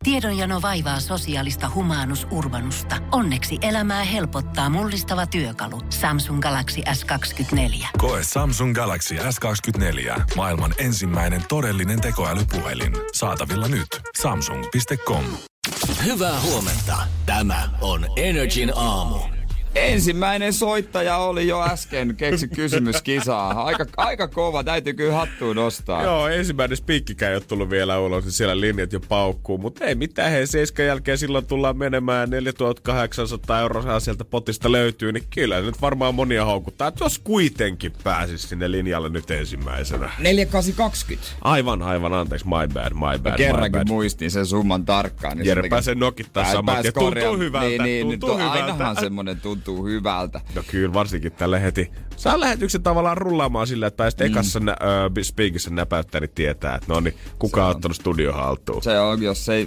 Tiedonjano vaivaa sosiaalista humanus urbanusta. Onneksi elämää helpottaa mullistava työkalu. Samsung Galaxy S24. Koe Samsung Galaxy S24. Maailman ensimmäinen todellinen tekoälypuhelin. Saatavilla nyt. Samsung.com. Hyvää huomenta. Tämä on Energin aamu. Ensimmäinen soittaja oli jo äsken keksi kysymyskisaa. Aika kova, täytyy kyllä hattuun nostaa. Joo, ensimmäinen spiikkikään ei ole tullut vielä ulos, niin siellä linjat jo paukkuu. Mutta ei mitään, hei, 7 jälkeen silloin tullaan menemään. 4800 euroa sieltä potista löytyy, niin kyllä nyt varmaan monia houkuttaa. Että jos kuitenkin pääsisi sinne linjalle nyt ensimmäisenä. 4820. Aivan, anteeksi, my bad. Kerrankin muistin sen summan tarkkaan. Niin Jere pääsee nokittaa saman ja tuntuu hyvältä. Tuntuu hyvältä. Ainahan semmonen tuntuu hyvältä. No kyllä, varsinkin tälle heti. Saa lähetyksen tavallaan rullaamaan sillä, että pääsit ekassa speakissä näpäyttää, niin tietää, että no niin, kuka on ottanut studio haltuun. Se on,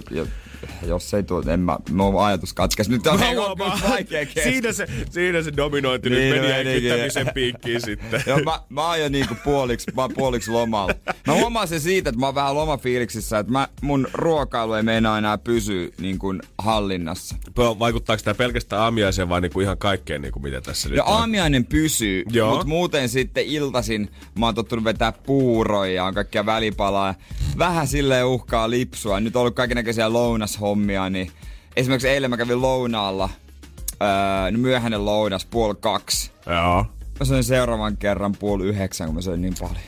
jos ei tule, mun ajatus katkes. Nyt on vaikea kesken. Siinä se dominointi niin, nyt meni äikyttämisen piikkiin sitten. Joo, mä oon jo niinku puoliksi lomalla. Mä huomaan sen siitä, että mä oon vähän lomafiiliksissä, että mun ruokailu ei meinaa enää pysyä niin kuin hallinnassa. Vaikuttaako tää pelkästään aamiaiseen vai niinku ihan kaikkeen, niinku mitä tässä nyt on? Aamiainen pysyy, mutta muuten sitten iltaisin mä oon tottunut vetää puuroja ja on kaikkia välipalaa. Vähän silleen uhkaa lipsua. Nyt on ollut kaikennäköisiä lounashommia, niin esimerkiksi eilen mä kävin lounaalla, myöhäinen lounas, 1:30. Joo. Mä söin seuraavan kerran 8:30, kun mä söin niin paljon.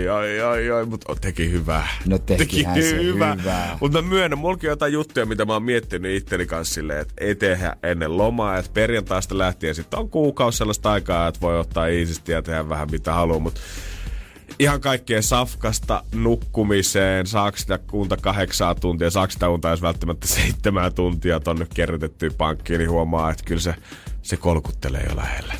Oi, mutta teki hyvää. No tekihän se hyvää. Mutta mä myönnän, mullakin on jotain juttuja, mitä mä oon miettinyt itteni kanssa silleen, että ei tehdä ennen lomaa, että perjantaista lähtien sitten on kuukausi sellaista aikaa, että voi ottaa iisisti ja tehdä vähän mitä haluaa, mutta ihan kaikkea safkasta nukkumiseen, saako sitä unta 8 tuntia, saako sitä unta jos välttämättä 7 tuntia tonne kerrytettyä pankkiin, niin huomaa, että kyllä se kolkuttelee jo lähellä.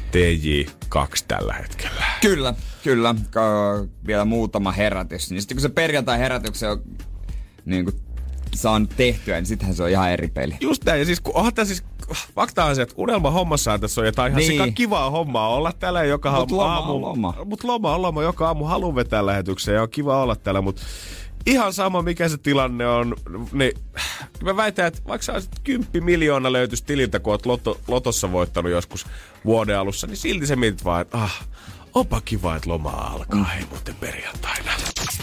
TJ2 tällä hetkellä. Kyllä. Vielä muutama herätys. Niin sitten kun se perjantai herätyksen on niin kuin saanut tehtyä, niin sittenhän se on ihan eri peli. Just näin. Ja siis onhan tämä siis fakta on se, että unelma hommassa tässä on jotain ihan sika kivaa hommaa olla täällä joka aamu. Mut loma on loma. Joka aamu haluan vetää lähetykseen ja on kiva olla täällä, mutta ihan sama mikä se tilanne on, niin mä väitän, että vaikka sä olisit 10 miljoonaa löytyisi tililtä, kun oot lotossa voittanut joskus vuoden alussa, niin silti se mietit vaan, että onpa kiva, että loma alkaa, ei muuten perjantaina.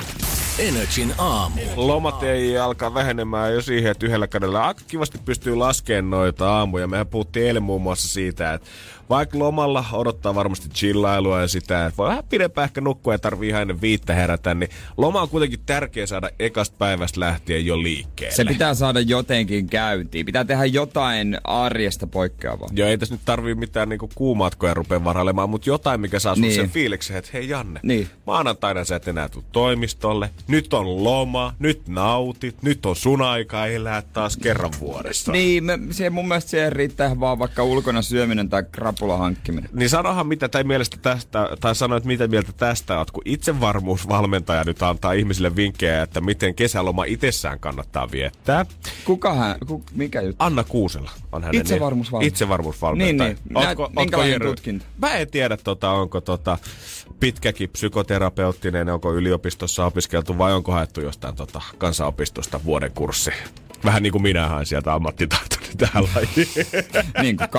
Energin aamu. Lomat ei alkaa vähenemään jo siihen, että yhdellä kädellä aika kivasti pystyy laskemaan noita aamuja. Mehän puhuttiin eilen muun muassa siitä, että vaikka lomalla odottaa varmasti chillailua ja sitä, että voi vähän pidempään ehkä nukkua ja tarvii ihan ennen 5 herätä, niin loma on kuitenkin tärkeä saada ekasta päivästä lähtien jo liikkeelle. Se pitää saada jotenkin käyntiin. Pitää tehdä jotain arjesta poikkeavaa. Joo, ei tässä nyt tarvii mitään niinku kuumatkoja rupea varailemaan, mutta jotain, mikä saa sun sen fiiliksen, että hei Janne, maanantaina sä et enää tuu toimistolle, nyt on loma, nyt nautit, nyt on sun aika elää taas kerran vuodessa. Niin, mun mielestä siihen riittää vaan vaikka ulkona syöminen tai krapulan hankkiminen. Niin sanohan mitä tai mielestä tästä, tai sano, että mitä mieltä tästä oot, kun itsevarmuusvalmentaja nyt antaa ihmisille vinkkejä, että miten kesäloma itsessään kannattaa viettää. Mikä juttu? Anna Kuusela on hänen itsevarmuusvalmentaja. Niin. Minkälainen tutkinto? Mä en tiedä, onko pitkäkin psykoterapeuttinen, onko yliopistossa opiskeltu vai onko haettu jostain kansanopistosta vuoden kurssi. Vähän niin kuin minä haen sieltä ammattitaitoni tähän lajiin. Niin kuin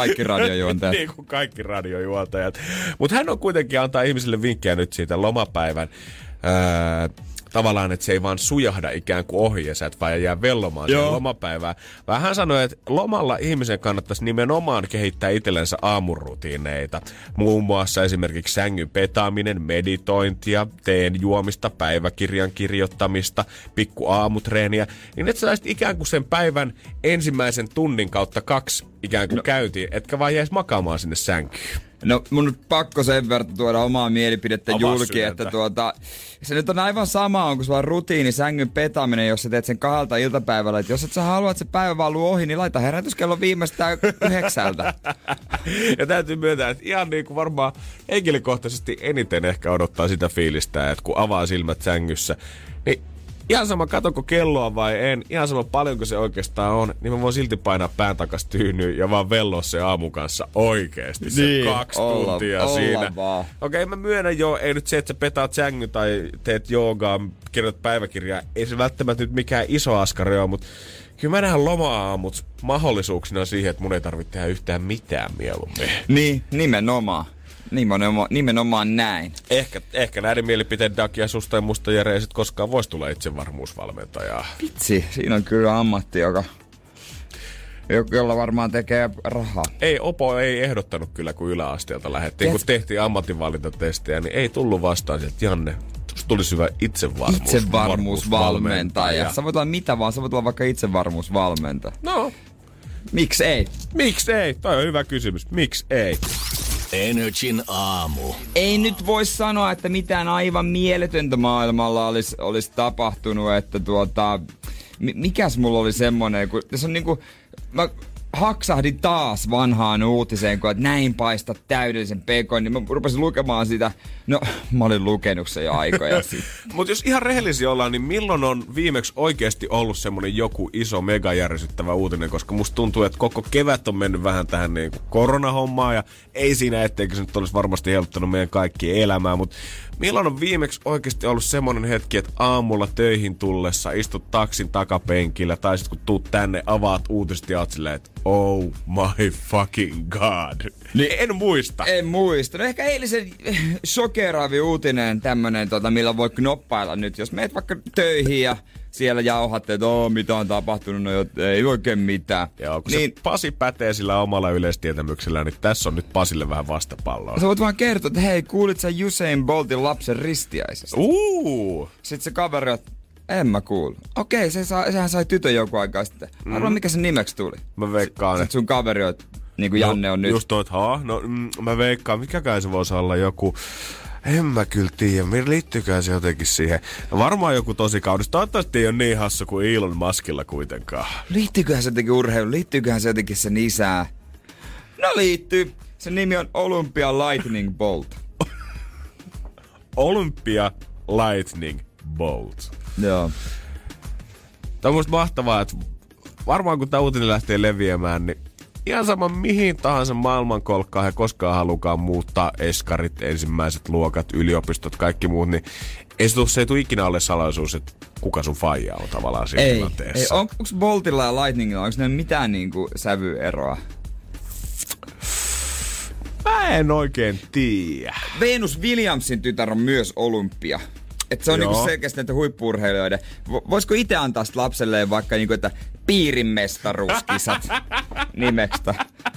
kaikki radiojuontajat. Mutta hän on kuitenkin antaa ihmisille vinkkejä nyt siitä lomapäivän tavallaan, että se ei vaan sujahda ikään kuin ohi ja sä et vaan jää vellomaan siihen lomapäivään. Vaan hän sanoi, että lomalla ihmisen kannattaisi nimenomaan kehittää itsellensä aamurutiineita. Muun muassa esimerkiksi sängyn petaaminen, meditointia, teen juomista, päiväkirjan kirjoittamista, pikku aamutreeniä. Niin että sä saisit ikään kuin sen päivän ensimmäisen tunnin kautta 2 ikään kuin käyntiin, etkä vaan jäisi makaamaan sinne sänkyyn. No mun on pakko sen verran tuoda omaa mielipidettä julki, että se nyt on aivan sama, onko sulla rutiini sängyn petaaminen, jos sä teet sen 2 iltapäivällä. Että jos et sä halua, että se päivä valuu ohi, niin laita herätyskello viimeistään 9. Ja täytyy myöntää, että ihan niin kuin varmaan henkilökohtaisesti eniten ehkä odottaa sitä fiilistä, että kun avaa silmät sängyssä, niin ihan sama katonko kelloa vai en, ihan sama paljonko se oikeastaan on, niin mä voin silti painaa pään takas tyynyyn ja vaan velloa se aamun kanssa oikeesti. Se 2 tuntia siinä. Okei, mä myönnän ei nyt se, että sä petaat sängyn tai teet joogaa, kirjoitat päiväkirjaa, ei se välttämättä nyt mikään iso askari ole, mutta Kyllä mä näen loma-aamut mahdollisuuksina siihen, että mun ei tarvitse tehdä yhtään mitään mieluummin. Niin, nimenomaan näin. Ehkä näiden mielipiteen takia susta ja musta Jere ei sit koskaan voisi tulla itsevarmuusvalmentajaa. Vitsi, siinä on kyllä ammatti, jolla varmaan tekee rahaa. Opo ei ehdottanut kyllä, kun yläasteelta lähdettiin. Kun tehtiin ammatinvalintatestejä, niin ei tullut vastaan sieltä, Janne, tuosta tulisi hyvä itsevarmuusvalmentaja. Sä voit olla mitä vaan, sä voit olla vaikka itsevarmuusvalmentaja. No. Miksi ei? Miksi ei? Toi on hyvä kysymys. Miksi ei? Energin aamu. Ei nyt voi sanoa, että mitään aivan mieletöntä maailmalla olisi tapahtunut, että mikäs mulla oli semmonen, kun tässä on niinku, mä haksahdin taas vanhaan uutiseen, kun että näin paista täydellisen pekon, niin mä rupesin lukemaan sitä. No, mä olin lukenut se jo aikoja sitten. Mutta jos ihan rehellisiä ollaan, niin milloin on viimeksi oikeasti ollut semmonen joku iso megajärsyttävä uutinen, koska musta tuntuu, että koko kevät on mennyt vähän tähän niin kuin koronahommaan ja ei siinä, etteikö se nyt olisi varmasti helpottanut meidän kaikkien elämää, mutta milloin on viimeksi oikeasti ollut semmonen hetki, että aamulla töihin tullessa istut taksin takapenkillä tai sit kun tuut tänne, avaat uutiset ja oot silleen, että oh my fucking god. Niin en muista. En muista. No ehkä eilisen shokeraavi uutinen tämmönen, millä voi knoppailla nyt. Jos meet vaikka töihin ja siellä jauhatte, että mitä on tapahtunut, no ei oikein mitään. Joo, kun niin, se Pasi pätee sillä omalla yleistietämyksellä, niin tässä on nyt Pasille vähän vastapalloa. Sä voit vaan kertoa, että hei, kuulit sä Usain Boltin lapsen ristiäisestä? Sitten se kaveri, että en mä kuulu. Okei, sehän sai tytön joku aikaa sitten. Arvaa, mikä sen nimeksi tuli? Mä veikkaan. Sitten sun kaveri on, niin kuin Janne on nyt. Just toi, että mä veikkaan, mikäkään se voisi olla joku. En mä kyllä tiedä. Liittyykään se jotenkin siihen? Varmaan joku tosi kaunis. Toivottavasti ei ole niin hassu kuin Elon Muskilla kuitenkaan. Liittyyköhän se jotenkin urheilu? Liittyyköhän se jotenkin sen isää? No liittyy. Sen nimi on Olympia Lightning Bolt. Olympia Lightning Bolt. Joo. Tämä on musta mahtavaa, että varmaan kun tämä uutinen lähtee leviämään, niin ihan sama mihin tahansa maailmankolkkaan he koskaan halukaan muuttaa eskarit, ensimmäiset luokat, yliopistot, kaikki muut, niin se ei tule ikinä ole salaisuus, että kuka sun faija on tavallaan siinä tilanteessa. Onko Boltilla ja Lightningilla, onko ne mitään niinku sävyeroa? Mä en oikein tiedä. Venus Williamsin tytär on myös Olympia. Että se on niinku selkeästi näitä huippu-urheilijoiden. Voisiko itse antaa sit lapselleen vaikka niinku, että piirimestaruuskisat nimestä?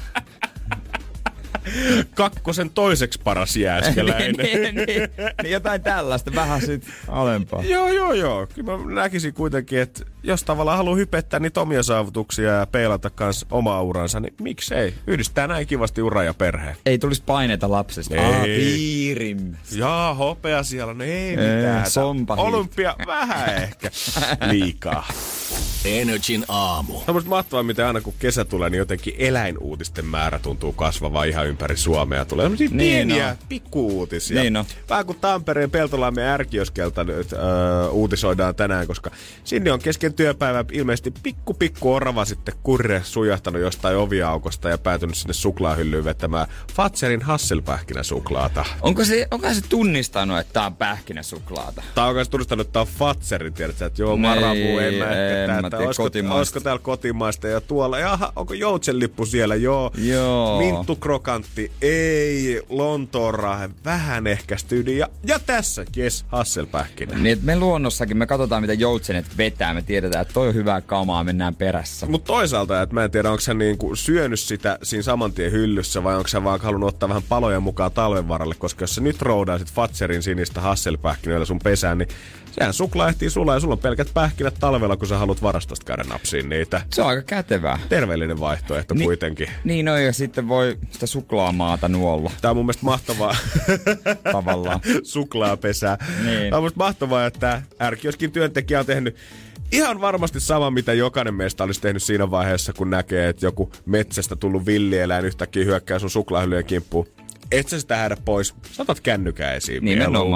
Kakkosen toiseksi paras jääskeläinen. niin, jotain tällaista, vähän sit alempaa. Joo. Kyllä mä näkisin kuitenkin, että jos tavallaan haluaa hypettää niitä omia saavutuksia ja peilata kans omaa uransa, niin miksei? Yhdistää näin kivasti ura ja perhe. Ei tulisi paineita lapsesta. Piirim. Jaa, hopea siellä. No ei mitään. Olympia vähän ehkä liikaa. Energin aamu. Se on musta mahtavaa, miten aina kun kesä tulee, niin jotenkin eläinuutisten määrä tuntuu kasvavaa ihan ympäri Suomea. Tulee sellaisia pieniä pikku-uutisia. Niin no. Vähän kuin Tampereen Peltolammen ärkioskelta nyt uutisoidaan tänään, koska sinne on kesken työpäivän ilmeisesti pikku orava sitten kurre sujahtanut jostain oviaukosta ja päätynyt sinne suklaahyllyyn vetämään Fatserin Hasselpähkinäsuklaata. Onko se tunnistanut, että tää on pähkinäsuklaata? Tää on tunnistanut, että tää on Fatserin, tiedätkö? Että joo, Marabu, en mä ehkä olisiko täällä kotimaista ja tuolla? Jaha, onko joutsenlippu siellä? Joo. Minttu krokantti, ei. Lontoonrahe, vähän ehkä styydi. Ja tässä, jes, Hasselpähkinä. Niin, me luonnossakin, me katsotaan mitä joutsenet vetää. Me tiedetään, että toi on hyvää kamaa, mennään perässä. Mutta toisaalta, että mä en tiedä, onko sä niinku syönyt sitä siinä saman tien hyllyssä vai onko sä vaan halunnut ottaa vähän paloja mukaan talven varalle, koska jos sä nyt roudaisit Fatserin sinistä Hasselpähkinöillä sun pesään, niin sehän suklaa ehtii sulaa ja sulla on pelkät pähkinät talvella, kun sä haluat varastosta käydä napsiin niitä. Se on aika kätevää. Terveellinen vaihtoehto kuitenkin. Niin on, ja sitten voi sitä suklaamaata nuolla. Tää on mun mielestä mahtavaa. Tavallaan. Suklaapesää. Niin. Tää on mun mielestä mahtavaa, että ärkioskin työntekijä on tehnyt ihan varmasti sama, mitä jokainen meistä olisi tehnyt siinä vaiheessa, kun näkee, että joku metsästä tullut villieläin yhtäkkiä hyökkää sun suklaahyllyjen kimppuun. Et sä sitä hädä pois. Saatat kännykää esiin. Nimenomaan.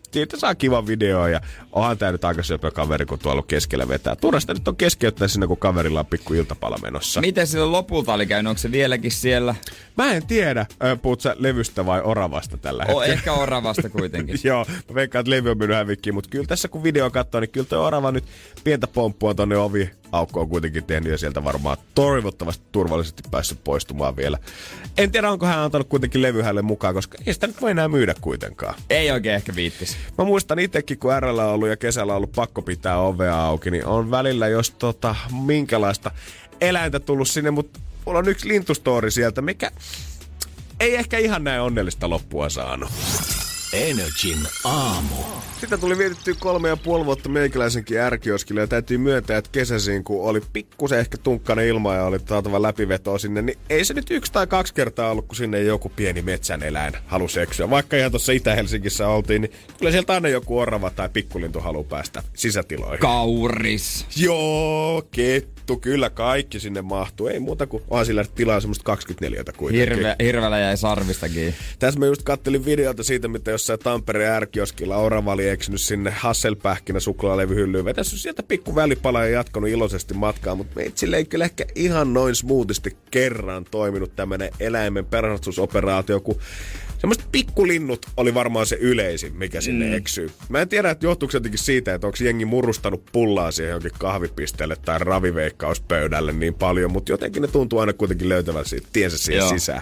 siitä saa kivan video ja onhan tää nyt aika söpö kaveri, kun tuolla keskellä vetää. Turhasta nyt on keskeyttää sinne, kun kaverilla on pikku iltapala menossa. Miten sillä lopulta oli käynyt? Onko se vieläkin siellä? Mä en tiedä, puhut sä levystä vai oravasta tällä hetkellä? Ehkä oravasta kuitenkin. Joo, mä veikkaan, että levy on mennyt hävikkiin, mutta kyllä tässä kun video katsoo, niin kyllä toi orava nyt pientä pomppua tonne aukkoon kuitenkin tehnyt ja sieltä varmaan toivottavasti turvallisesti päässyt poistumaan vielä. En tiedä, onko hän antanut kuitenkin levy hänelle mukaan, koska ei sitä nyt voi enää myydä kuitenkaan. Ei oikein ehkä viittis. Mä muistan itsekin, kun RL on ollut ja kesällä on ollut pakko pitää ovea auki, niin on välillä jos minkälaista eläintä tullut sinne, mutta mulla on yksi lintustori sieltä, mikä ei ehkä ihan näin onnellista loppua saanut. Energin aamu. Sitä tuli vietettyä 3,5 vuotta meikäläisenkin R-kioskille ja täytyy myöntää, että kesäisin, kun oli pikkusen ehkä tunkkainen ilma ja oli saatava läpivetoa sinne, niin ei se nyt 1 tai 2 kertaa ollut, kun sinne joku pieni metsän eläin halusi eksyä. Vaikka ihan tuossa Itä-Helsingissä oltiin, niin kyllä sieltä aina joku orava tai pikkulintu haluaa päästä sisätiloihin. Kauris. Joo, kettu, kyllä kaikki sinne mahtuu. Ei muuta kuin onhan sillä tilaa semmoista 24 kuitenkin. Hirveellä jäi sarvistakin. Tässä mä just kattelin videota siitä, mitä jossain Tampereen R-kioskilla orava oli eksynyt sinne Hasselpähkinä suklaalevyhyllyyn, vetässyt sieltä pikku välipala ja jatkanut iloisesti matkaa, mutta meitsille ei kyllä ehkä ihan noin smoothisti kerran toiminut tämmönen eläimen pelastusoperaatio, kun semmoiset pikkulinnut oli varmaan se yleisin, mikä sinne eksyy. Mä en tiedä, että johtuuko se jotenkin siitä, että onko jengi murustanut pullaa siihen jonkin kahvipisteelle tai raviveikkauspöydälle niin paljon, mutta jotenkin ne tuntuu aina kuitenkin löytävän siitä tiensä siihen sisään.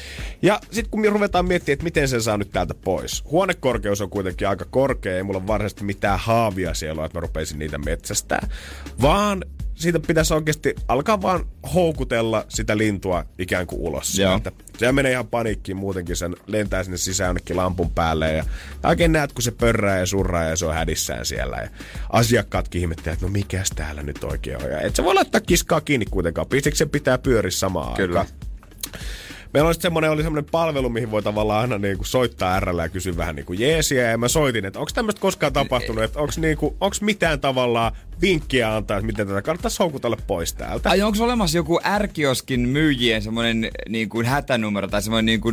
Ja sitten kun me ruvetaan miettimään, että miten sen saa nyt täältä pois. Huonekorkeus on kuitenkin aika korkea, ei mulla ole varsinaisesti mitään haavia siellä, että mä rupeisin niitä metsästää. Vaan siitä pitäisi oikeasti alkaa vaan houkutella sitä lintua ikään kuin ulos sieltä. Se menee ihan paniikkiin muutenkin, sen lentää sinne sisään jonnekin lampun päälle ja oikein näet, kun se pörrää ja surraa ja se on hädissään siellä. Ja asiakkaatkin ihmettelevät, että no mikäs täällä nyt oikein on. Ja et sä voi laittaa kiskaa kiinni kuitenkaan, pistikö se pitää pyöriä samaan aikaan. Meillä oli semmoinen palvelu, mihin voi tavallaan aina niinku soittaa RL ja kysyä vähän niinku jeesiä. Ja mä soitin, että onko tämmöistä koskaan tapahtunut, että onko mitään tavallaan vinkkiä antaa, että miten tätä kannattaisi houkutella pois täältä. Ai onko olemassa joku R-kioskin myyjien semmoinen niinku hätänumero tai semmoinen niinku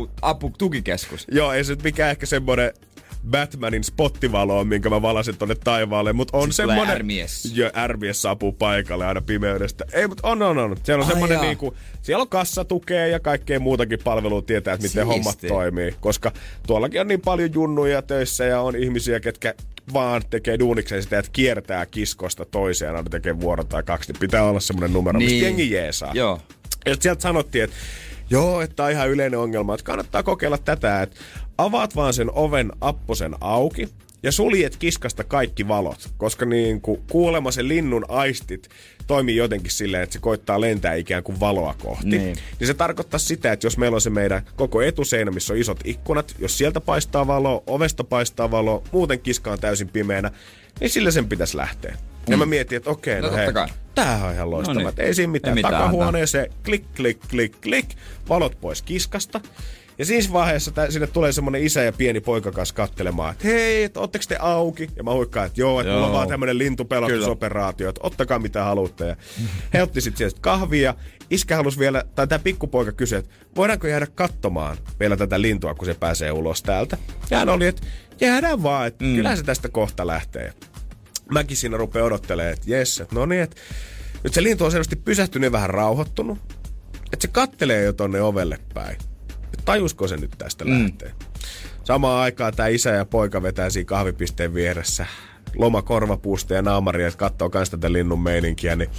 tukikeskus? Joo, ei se nyt mikään ehkä semmoinen Batmanin spottivalo on, minkä mä valasin tonne taivaalle, mutta on siis semmonen... R-mies. Joo, R-mies saapuu paikalle aina pimeydestä. Ei, mutta on. Siellä on semmonen niinku... Siellä on kassatukea ja kaikkea muutakin palvelua tietää, että miten hommat toimii. Koska tuollakin on niin paljon junnuja töissä ja on ihmisiä, ketkä vaan tekee duunikseen sitä, että kiertää kiskosta toiseen, aina tekee vuoron tai 2, niin pitää olla semmonen numero, mistä jengi jeesaa. Joo. Ja sieltä sanottiin, että joo, että on ihan yleinen ongelma, että kannattaa kokeilla tätä, että avaat vaan sen oven apposen auki ja suljet kiskasta kaikki valot, koska niin kuin kuulemma se linnun aistit toimii jotenkin silleen, että se koittaa lentää ikään kuin valoa kohti. Niin se tarkoittaa sitä, että jos meillä on se meidän koko etuseinä, missä on isot ikkunat, jos sieltä paistaa valoa, ovesta paistaa valoa, muuten kiska on täysin pimeänä, niin sillä sen pitäisi lähteä. Ja mä mietin, että okei, no hei, tämähän on ihan loistava. No niin. Ei siinä mitään. Takahuoneeseen, klik, valot pois kiskasta. Ja siinä vaiheessa sinne tulee semmonen isä ja pieni poika kanssa kattelemaan, että hei, että ootteko te auki? Ja mä huikkaan, että joo, että mulla on vaan tämmönen lintupelastusoperaatio, että ottakaa mitä haluatte. Ja he otti sit sieltä kahvia. Iskä halusi vielä, tai tää pikkupoika kysyi, että voidaanko jäädä katsomaan vielä tätä lintua, kun se pääsee ulos täältä. Ja hän oli, että jäädään vaan, että kyllähän se tästä kohta lähtee. Mäkin siinä rupean odottelemaan, että jes, että no niin, että nyt se lintu on selvästi pysähtynyt ja vähän rauhoittunut. Että se kattelee jo tonne ovelle päin. Tajusko se nyt tästä lähtee? Samaan aikaan tää isä ja poika vetää siinä kahvipisteen vieressä loma korvapuusta ja naamaria, että katsoo kans tätä linnun meininkiä, niin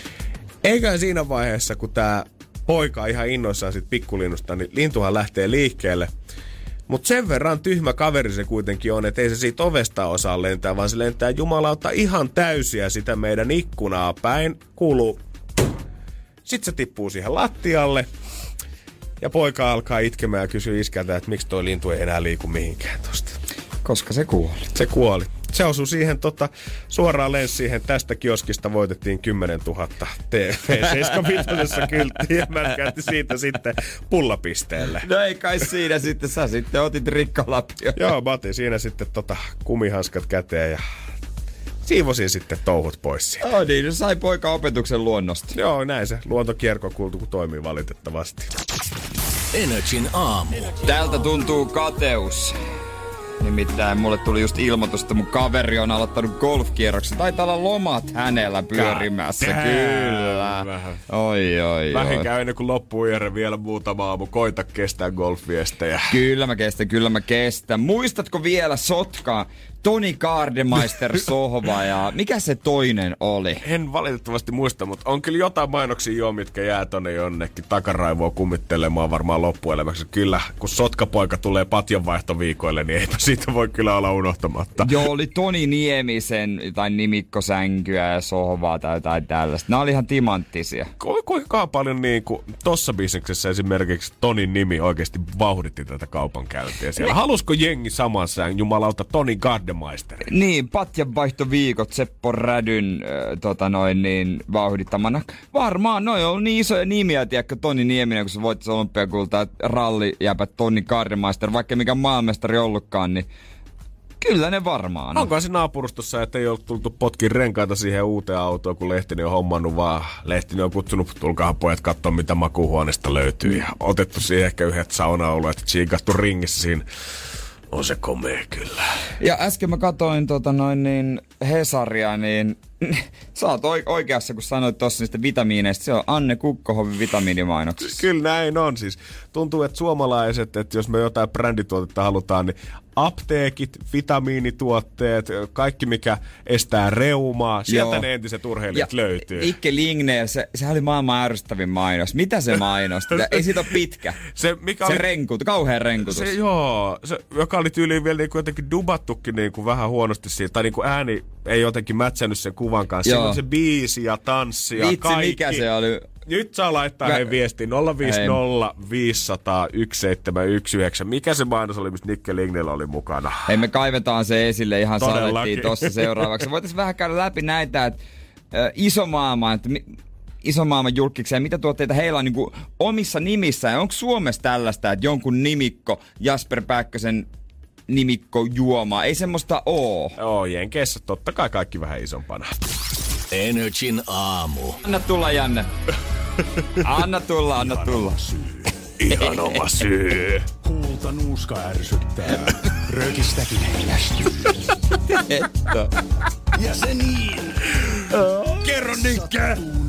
eiköhän siinä vaiheessa, kun tää poika on ihan innoissaan sit pikkulinnusta, niin lintuhan lähtee liikkeelle. Mut sen verran tyhmä kaveri se kuitenkin on, että ei se siitä ovesta osaa lentää, vaan se lentää jumalauta ihan täysiä sitä meidän ikkunaa päin. Kuuluu. Sitten se tippuu siihen lattialle. Ja poika alkaa itkemään ja kysyy iskältä, että miksi toi lintu ei enää liiku mihinkään tosta. Koska se kuoli. Se kuoli. Se osui siihen suoraan lensi siihen. Tästä kioskista voitettiin 10 000 TV75 kylttiä. Ja mä käytin siitä sitten pullapisteelle. No ei kai siinä sitten. Sä sitten otit rikkalapio. Joo, mä otin siinä sitten kumihanskat käteen ja siivosin sitten touhut pois siitä. Oh niin, sai poika opetuksen luonnosta. Joo, näin se luontokierkokultu kun toimii valitettavasti. Energin aamu. Tältä tuntuu kateus. Nimittäin mulle tuli just ilmoitus, että mun kaveri on aloittanut golfkierroksen. Taitaa olla lomat hänellä pyörimässä. Kyllä. Oi. Vähinkään ennen kuin loppuu Jere vielä muutama aamu. Koita kestää golfviestejä. Kyllä mä kestän. Muistatko vielä Sotkaa? Toni Gardemeister sohva ja mikä se toinen oli? En valitettavasti muista, mutta on kyllä jotain mainoksia jo, mitkä jää tonne jonnekin takaraivoa kummittelemaan varmaan loppuelämäksi. Kyllä, kun Sotkapoika tulee patjanvaihtoviikoille, niin eipä siitä voi kyllä olla unohtamatta. Joo, oli Toni Niemisen jotain nimikkosänkyä ja sohvaa tai jotain tällaista. Nämä oli ihan timanttisia. Kuinka paljon niin kuin tossa bisneksessä esimerkiksi Tonin nimi oikeasti vauhditti tätä kaupankäyntiä siellä? Halusko jengi samassa jumalauta Toni Gardemeister? Niin, patjanvaihtoviikot Seppo Rädyn vauhdittamana. Varmaan, noi on niin isoja nimiä, tiedätkö, Toni Nieminen, kun se voittaisi olympiakultaa, rallijäpät Toni Gardemeister, vaikka mikä maailmestari ollutkaan, niin kyllä ne varmaan on. Onko se naapurustossa, että ei ole tultu potkin renkaita siihen uuteen autoon, kun Lehtinen on hommannut, vaan Lehtinen on kutsunut, tulkaa pojat katsoa, mitä makuuhuoneesta löytyy. Ja otettu siihen ehkä yhdet saunaoluet, tsiikattu ringissä siinä. On se komea kyllä. Ja äsken mä katsoin Hesaria, niin sä oot oikeassa, kun sanoit tossa niistä vitamiineista. Se on Anne Kukkohovin vitamiinimainoksissa. Kyllä näin on siis. Tuntuu, että suomalaiset, että jos me jotain brändituotetta halutaan, niin apteekit, vitamiinituotteet, kaikki mikä estää reumaa, sieltä ne entiset urheilijat löytyy. Ikke Lingnell, sehän oli maailman ärsyttävin mainos. Mitä se mainosti? Ei siitä ole pitkä. Se kauhea renkutus. Se, joka oli tyyliin vielä niinku jotenkin dubattukin niinku vähän huonosti siitä, tai niinku ääni ei jotenkin mätsännyt sen kuvan kanssa. Siinä on se biisi ja tanssi ja kaikki. Mikä se oli? Nyt saa laittaa heidän viestiin 050 500 1719. Mikä se mainos oli, missä Nikke Lingnell oli mukana? Hei, me kaivetaan se esille ihan salettiin tossa seuraavaksi. Voitaisiin vähän käydä läpi näitä, että iso maailman julkkiksia ja mitä tuotteita heillä on niin kuin omissa nimissään. Ja onko Suomessa tällaista, että jonkun nimikko, Jasper Pääkkösen nimikko juoma, ei semmoista oo? Joo, Jenkeissä totta kai kaikki vähän isompana. Energin aamu. Anna tulla, Janne. Anna tulla. Ihan oma syy. Kuulta nuuska ärsyttää. Rökistäkin hengästyy. Ja se niin. Kerro Nikke!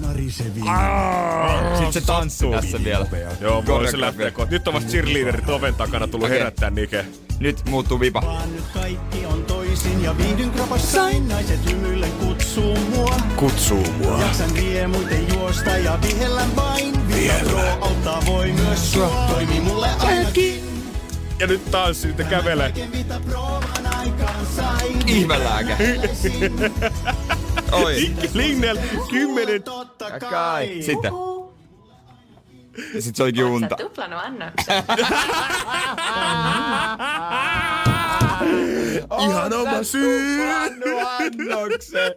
Sitten se tanssi tässä vielä. Joo, voi se lähteä. Nyt on vasta cheerleaderit oven takana tullut herättää Nike. Nyt muuttuu vipa. Vaan nyt kaikki on toisin ja viihdyn kropassain. Naiset hymyillen kutsuu mua. Jaksan riemuiten juosta ja vihellän vain. Vitapro auttaa voi myös sua. Toimi mulle ainakin. Ja nyt taas siitä kävelee. Ihmelääke. Oi. Lingnell, 10. Totta kai. Sitten. Sitten se olikin unta. Oot sä tuplannut annoksen? Ihan oma syy. Annoksen.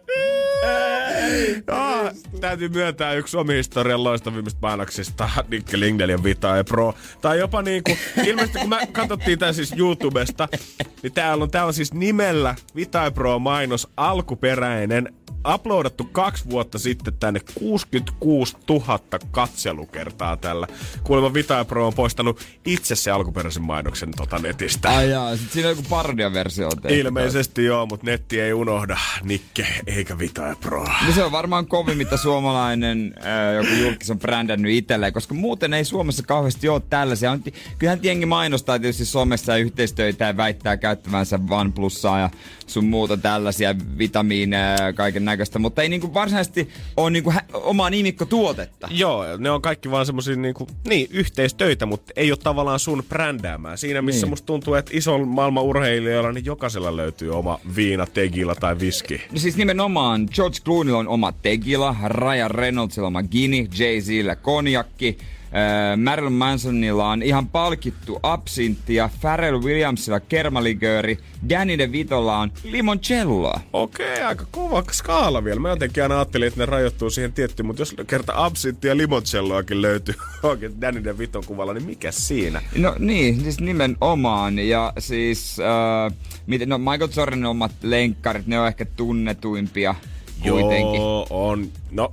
Täytyy myöntää yksi Suomi-historian loistavimmista mainoksista, Nikke Lingnell ja Vita Pro. Tai jopa niinku, ilmeisesti kun me katsottiin tää siis YouTubesta, niin tää on siis nimellä Vita Pro mainos alkuperäinen. Uploadattu 2 vuotta sitten tänne 66 000 katselukertaa tällä. Kuulemma Vita Pro on poistanut itse se alkuperäisen mainoksen netistä. Ai jaa, sit siinä on joku parodiaversio tehty. Ilmeisesti joo, mutta netti ei unohda Nikke eikä Vita Pro. No se on varmaan kovin, mitä suomalainen joku julkis on brändännyt itselleen, koska muuten ei Suomessa kauheasti ole tällaisia. Kyllähän jengi mainostaa tietysti somessa ja yhteistöitä ja väittää käyttävänsä OnePlusaa ja sun muuta tällaisia vitamiineja kaiken näköistä, mutta ei niinku varsinaisesti ole niinku omaa nimikkotuotetta. Joo, ne on kaikki vaan semmosia yhteistöitä, mutta ei ole tavallaan sun brändäämää. Siinä missä musta tuntuu, että ison maailman urheilijoilla, niin jokaisella löytyy oma viina, tequila tai whisky. No siis nimenomaan George Clooneylla on oma tequila, Ryan Reynoldsilla oma Gini, Jay-Zillä konjakki, Marilyn Mansonilla on ihan palkittu absintti ja Pharrell Williamsilla kermalikööri, Danny DeVitolla on limoncelloa. Okei, aika kova skaala vielä. Mä jotenkin aina ajattelin, että ne rajoittuu siihen tiettyyn, mutta jos kerta absintti ja limoncelloakin löytyy oikein Danny DeViton kuvalla, niin mikä siinä? No niin, siis nimenomaan. Ja siis Michael Jordanin omat lenkkarit, ne on ehkä tunnetuimpia kuitenkin. Joo, on. No,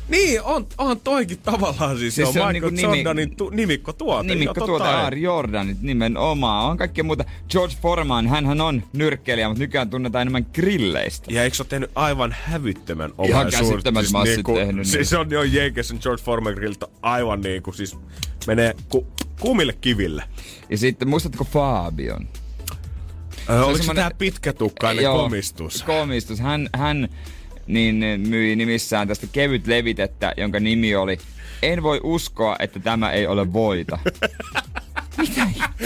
Niin, on toikin tavallaan siis se on Michael niinku Jordanin nimikkotuote. Nimikkotuote, Air Jordanit nimenomaan. On kaikkea muuta. George Foreman, hänhän on nyrkkeilijä, mutta nykyään tunnetaan enemmän grilleistä. Ja eikö se ole tehnyt aivan hävyttömän oman ihan käsittämättä massit tehnyt. Siis on jo Jenkeissä George Foreman grilliltä aivan niinku siis menee kuumille kiville. Ja sitten muistatko Fabion? Oliko se tää pitkätukkainen komistus? Komistus. Hän myi nimissään tästä kevyt levitettä, jonka nimi oli En voi uskoa, että tämä ei ole voita. Mitä?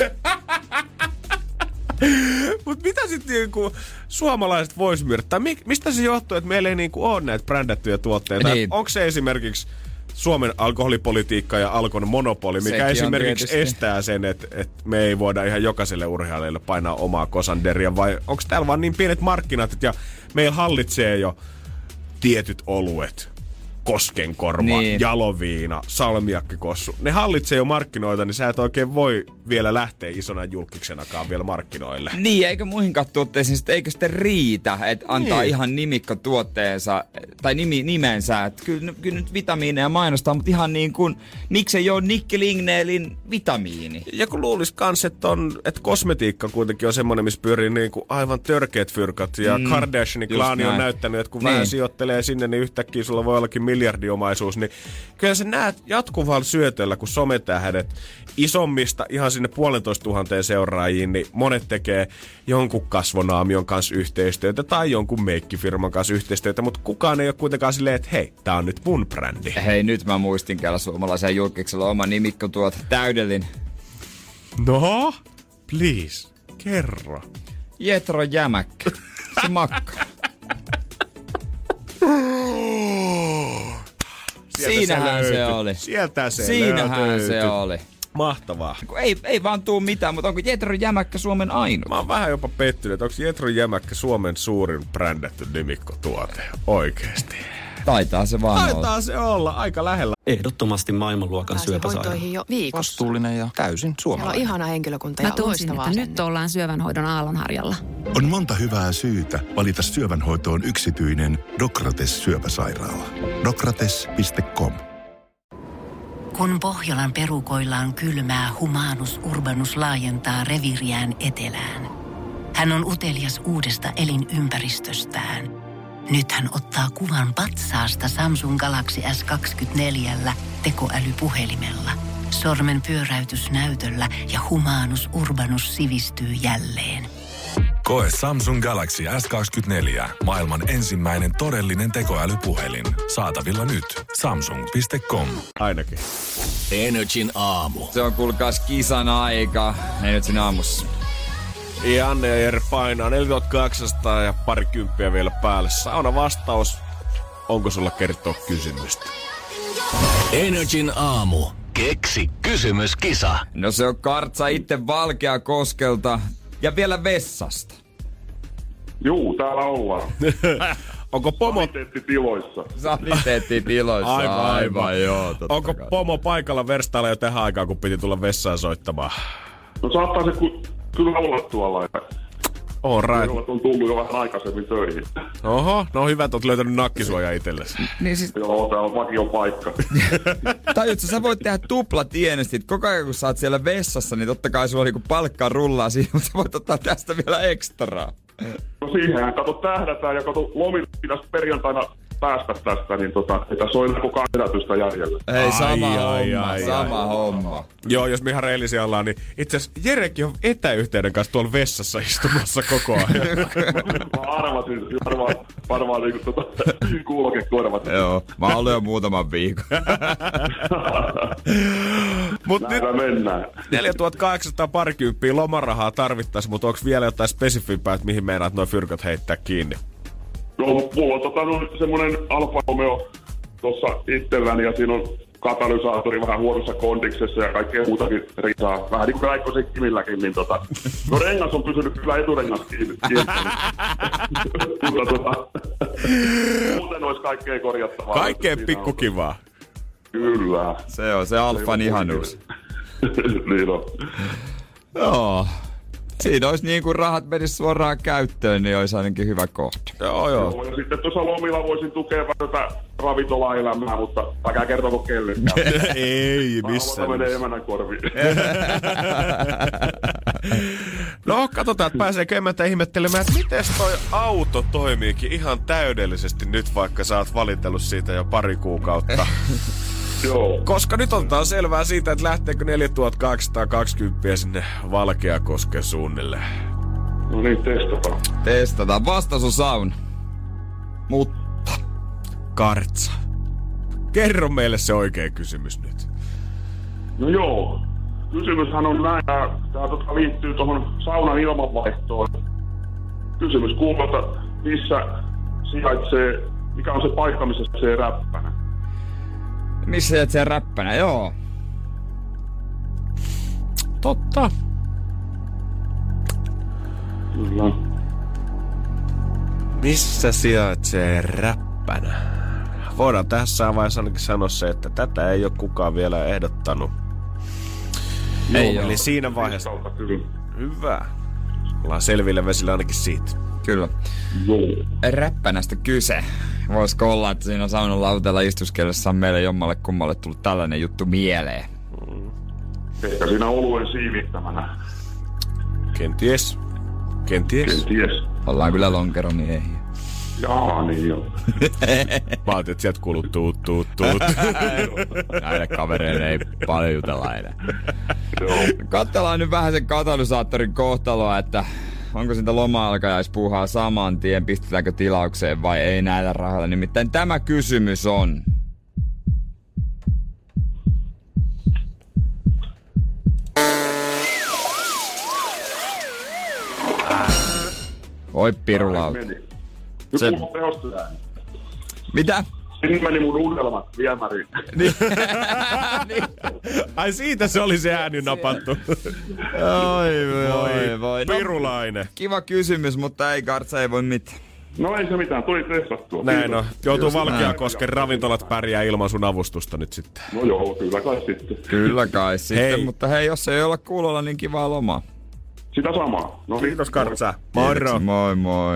Mut mitä sitten niinku suomalaiset vois myrttää? Mistä se johtuu, että meillä ei niinku ole näitä brändättyjä tuotteita? Niin. Onko se esimerkiksi Suomen alkoholipolitiikka ja Alkon monopoli, mikä sekin esimerkiksi estää sen, että me ei voida ihan jokaiselle urheilijalle painaa omaa kosanderia, vai onko täällä vaan niin pienet markkinat, ja meillä hallitsee jo tietyt oluet, Koskenkorva, niin. Jaloviina, Salmiakkikossu. Ne hallitsee jo markkinoita, niin sä et oikein voi vielä lähteä isona julkiksenakaan vielä markkinoille. Niin, eikä muihinkaan tuotteisiin, eikö sitten riitä, että antaa ihan nimikkotuotteensa, tai nimensä. Että kyllä nyt vitamiineja mainostaa, mutta ihan niin kuin, miksei ole Nikkelingneelin vitamiini. Ja kun luulis kans, että kosmetiikka kuitenkin on semmoinen, missä pyörii niin kuin aivan törkeät fyrkat. Ja Kardashianin klaani on näyttänyt, että kun vähän sijoittelee sinne, niin yhtäkkiä sulla voi ollakin miljardiomaisuus, niin kyllä sä näet jatkuvalla syötöllä, kun sometähdet isommista ihan sinne 1,500 seuraajiin, niin monet tekee jonkun kasvonaamion kanssa yhteistyötä tai jonkun meikkifirman kanssa yhteistyötä, mutta kukaan ei ole kuitenkaan silleen, että hei, tää on nyt mun brändi. Hei, nyt mä muistin käydä suomalaisen julkiksella oma nimikkotuote, täydellinen. No, please, kerro. Jetro Jämäkkä, se makkara. Siinähän se oli. Sieltä se Siinähän se oli. Mahtavaa. Ei vaan tuu mitään, mutta onko Jetro Jämäkkä Suomen ainut? Mä oon vähän jopa pettynyt, että onko Jetro Jämäkkä Suomen suurin brändätty nimikkotuote? Oikeesti. Taitaa se vaan olla. Taitaa se olla, aika lähellä. Ehdottomasti maailmanluokan syöpäsairaala. Jo viikossa. Vastuullinen ja täysin suomalainen. Siellä on ihana henkilökunta ja loistavaa. Mä nyt ollaan syövänhoidon aallonharjalla. On monta hyvää syytä valita syövänhoitoon yksityinen Docrates syöpäsairaala. Docrates.com. Kun Pohjolan perukoillaan kylmää, Humanus Urbanus laajentaa reviiriään etelään. Hän on utelias uudesta elinympäristöstään. Nyt hän ottaa kuvan patsaasta Samsung Galaxy S24 tekoälypuhelimella. Sormen pyöräytys näytöllä ja Humanus Urbanus sivistyy jälleen. Koe Samsung Galaxy S24. Maailman ensimmäinen todellinen tekoälypuhelin. Saatavilla nyt. Samsung.com. Ainakin. Energin aamu. Se on kuulkaas kisan aika. Energin aamussa. Ja Anne ja Jere painaa 4200 ja parikymppiä vielä päälle. Sauna vastaus. Onko sulla kertoa kysymystä? Energin aamu. Keksi kysymyskisa. No se on Kartsa itse Valkeakoskelta ja vielä vessasta. Juu, täällä ollaan. Onko pomo... Saniteettitiloissa. Saniteettitiloissa, aivan joo. Onko pomo paikalla verstailla jo tähän aikaan, kun piti tulla vessaan soittamaan? No saattaa se kyllä olla tuolla. All right. On tullut jo vähän aikaisemmin töihin. Oho, no hyvä, että oot löytänyt nakkisuojaa itsellesi. Niin siis... Joo, täällä on vakio paikka. Tajutko, sä voit tehdä tuplatienesti. Koko ajan kun sä oot siellä vessassa, niin totta kai sulla niinku palkkaa rullaa siinä, mutta sä voit ottaa tästä vielä ekstraa. No siihen, kato tähdätään ja kato lomilla pitäisi perjantaina päästä tästä, niin ei tässä ole enää kukaan edätystä jäljellä. Ei, sama homma. Joo, jos me ihan reellisiä ollaan, niin itse asiassa Jerekin on etäyhteyden kanssa tuolla vessassa istumassa koko ajan. Mä arvasin, varmaan niinku kuulokekorvat. Joo, mä oon ollut jo muutaman viikon. Mut nyt mennään. 4800 parikymppiä lomarahaa tarvittaisi, mutta onko vielä jotain spesifimpää, että mihin meinaat noin fyrkat heittää kiinni? No, mulla on semmonen Alfa Romeo tossa itselläni ja siinä on katalysaattori vähän huonossa kondiksessa ja kaikkea muutakin risaa. Vähän niin kuin Räikkösen Kimilläkin, niin no rengas on pysynyt kyllä eturengas kiinni. Mutta muuten olisi kaikkea korjattavaa. Kaikkeen pikkukivaa. Kyllä. Se on se Alfan ihanuus. Niin on. Joo. Siinä olisi niin kuin rahat menis suoraan käyttöön, niin olisi ainakin hyvä kohta. Joo. Ja sitten tuossa lomilla voisin tukea tätä ravintolaelämää, mutta älkää kertoko kellekään. Ei missään. Mä menee emännän korviin. No, katsotaan, että pääseekö emäntä ihmettelemään, että miten toi auto toimiikin ihan täydellisesti nyt, vaikka sä oot valitellut siitä jo pari kuukautta. Joo. Koska nyt otetaan selvää siitä, että lähteekö 4220 sinne Valkeakoskeen suunnilleen. No niin, testataan. Vastaus on sauna. Mutta Kartsa, kerro meille se oikea kysymys nyt. No joo. Kysymyshän on näin, tämä liittyy tuohon saunan ilmanvaihtoon. Kysymys kuuluu, että missä sijaitsee, mikä on se paikka, missä se räppänä? Missä sijaitsee räppänä, joo. Totta. Kyllä. Missä sijaitsee räppänä? Voidaan tässä vaiheessa ainakin sanoa se, että tätä ei ole kukaan vielä ehdottanut. Ei eli siinä vaiheessa. Hyvä. Ollaan selville vesillä ainakin siitä. Kyllä. Räppänästä kyse. Voisiko olla, että siinä saunan lauteella istuskellessaan meille jommalle kummalle tullut tällainen juttu mieleen? Ehkä siinä oluen siivittämänä. Kenties. Ollaan kyllä lonkeromiehiä. Jaa, niin joo. Mä ajattelin, että sieltä kuuluu tuut. Näille kavereille ei paljon jutella enää. Katsellaan nyt vähän sen katalysaattorin kohtaloa, että onko siitä loma-alkajaispuuhaa saman tien, pistetäänkö tilaukseen vai ei näillä rahoilla. Nimittäin tämä kysymys on... Oi pirulauta. Se... Nyt mitä? Sinne meni mun unelmat viemäriin. Ai siitä se oli se ääni napattu. Voi. Pirulainen. Kiva kysymys, mutta ei Kartsa, ei voi mitään. No ei se mitään, tuli testattua. Näin on. Joutuu Valkeakosken ravintolat pärjää ilman sun avustusta nyt sitten. No joo, kyllä kai sitten. Hei. Mutta hei, jos ei olla kuulolla, niin kivaa lomaa. Sitä samaa. No, kiitos Kartsa. Moro. Moi.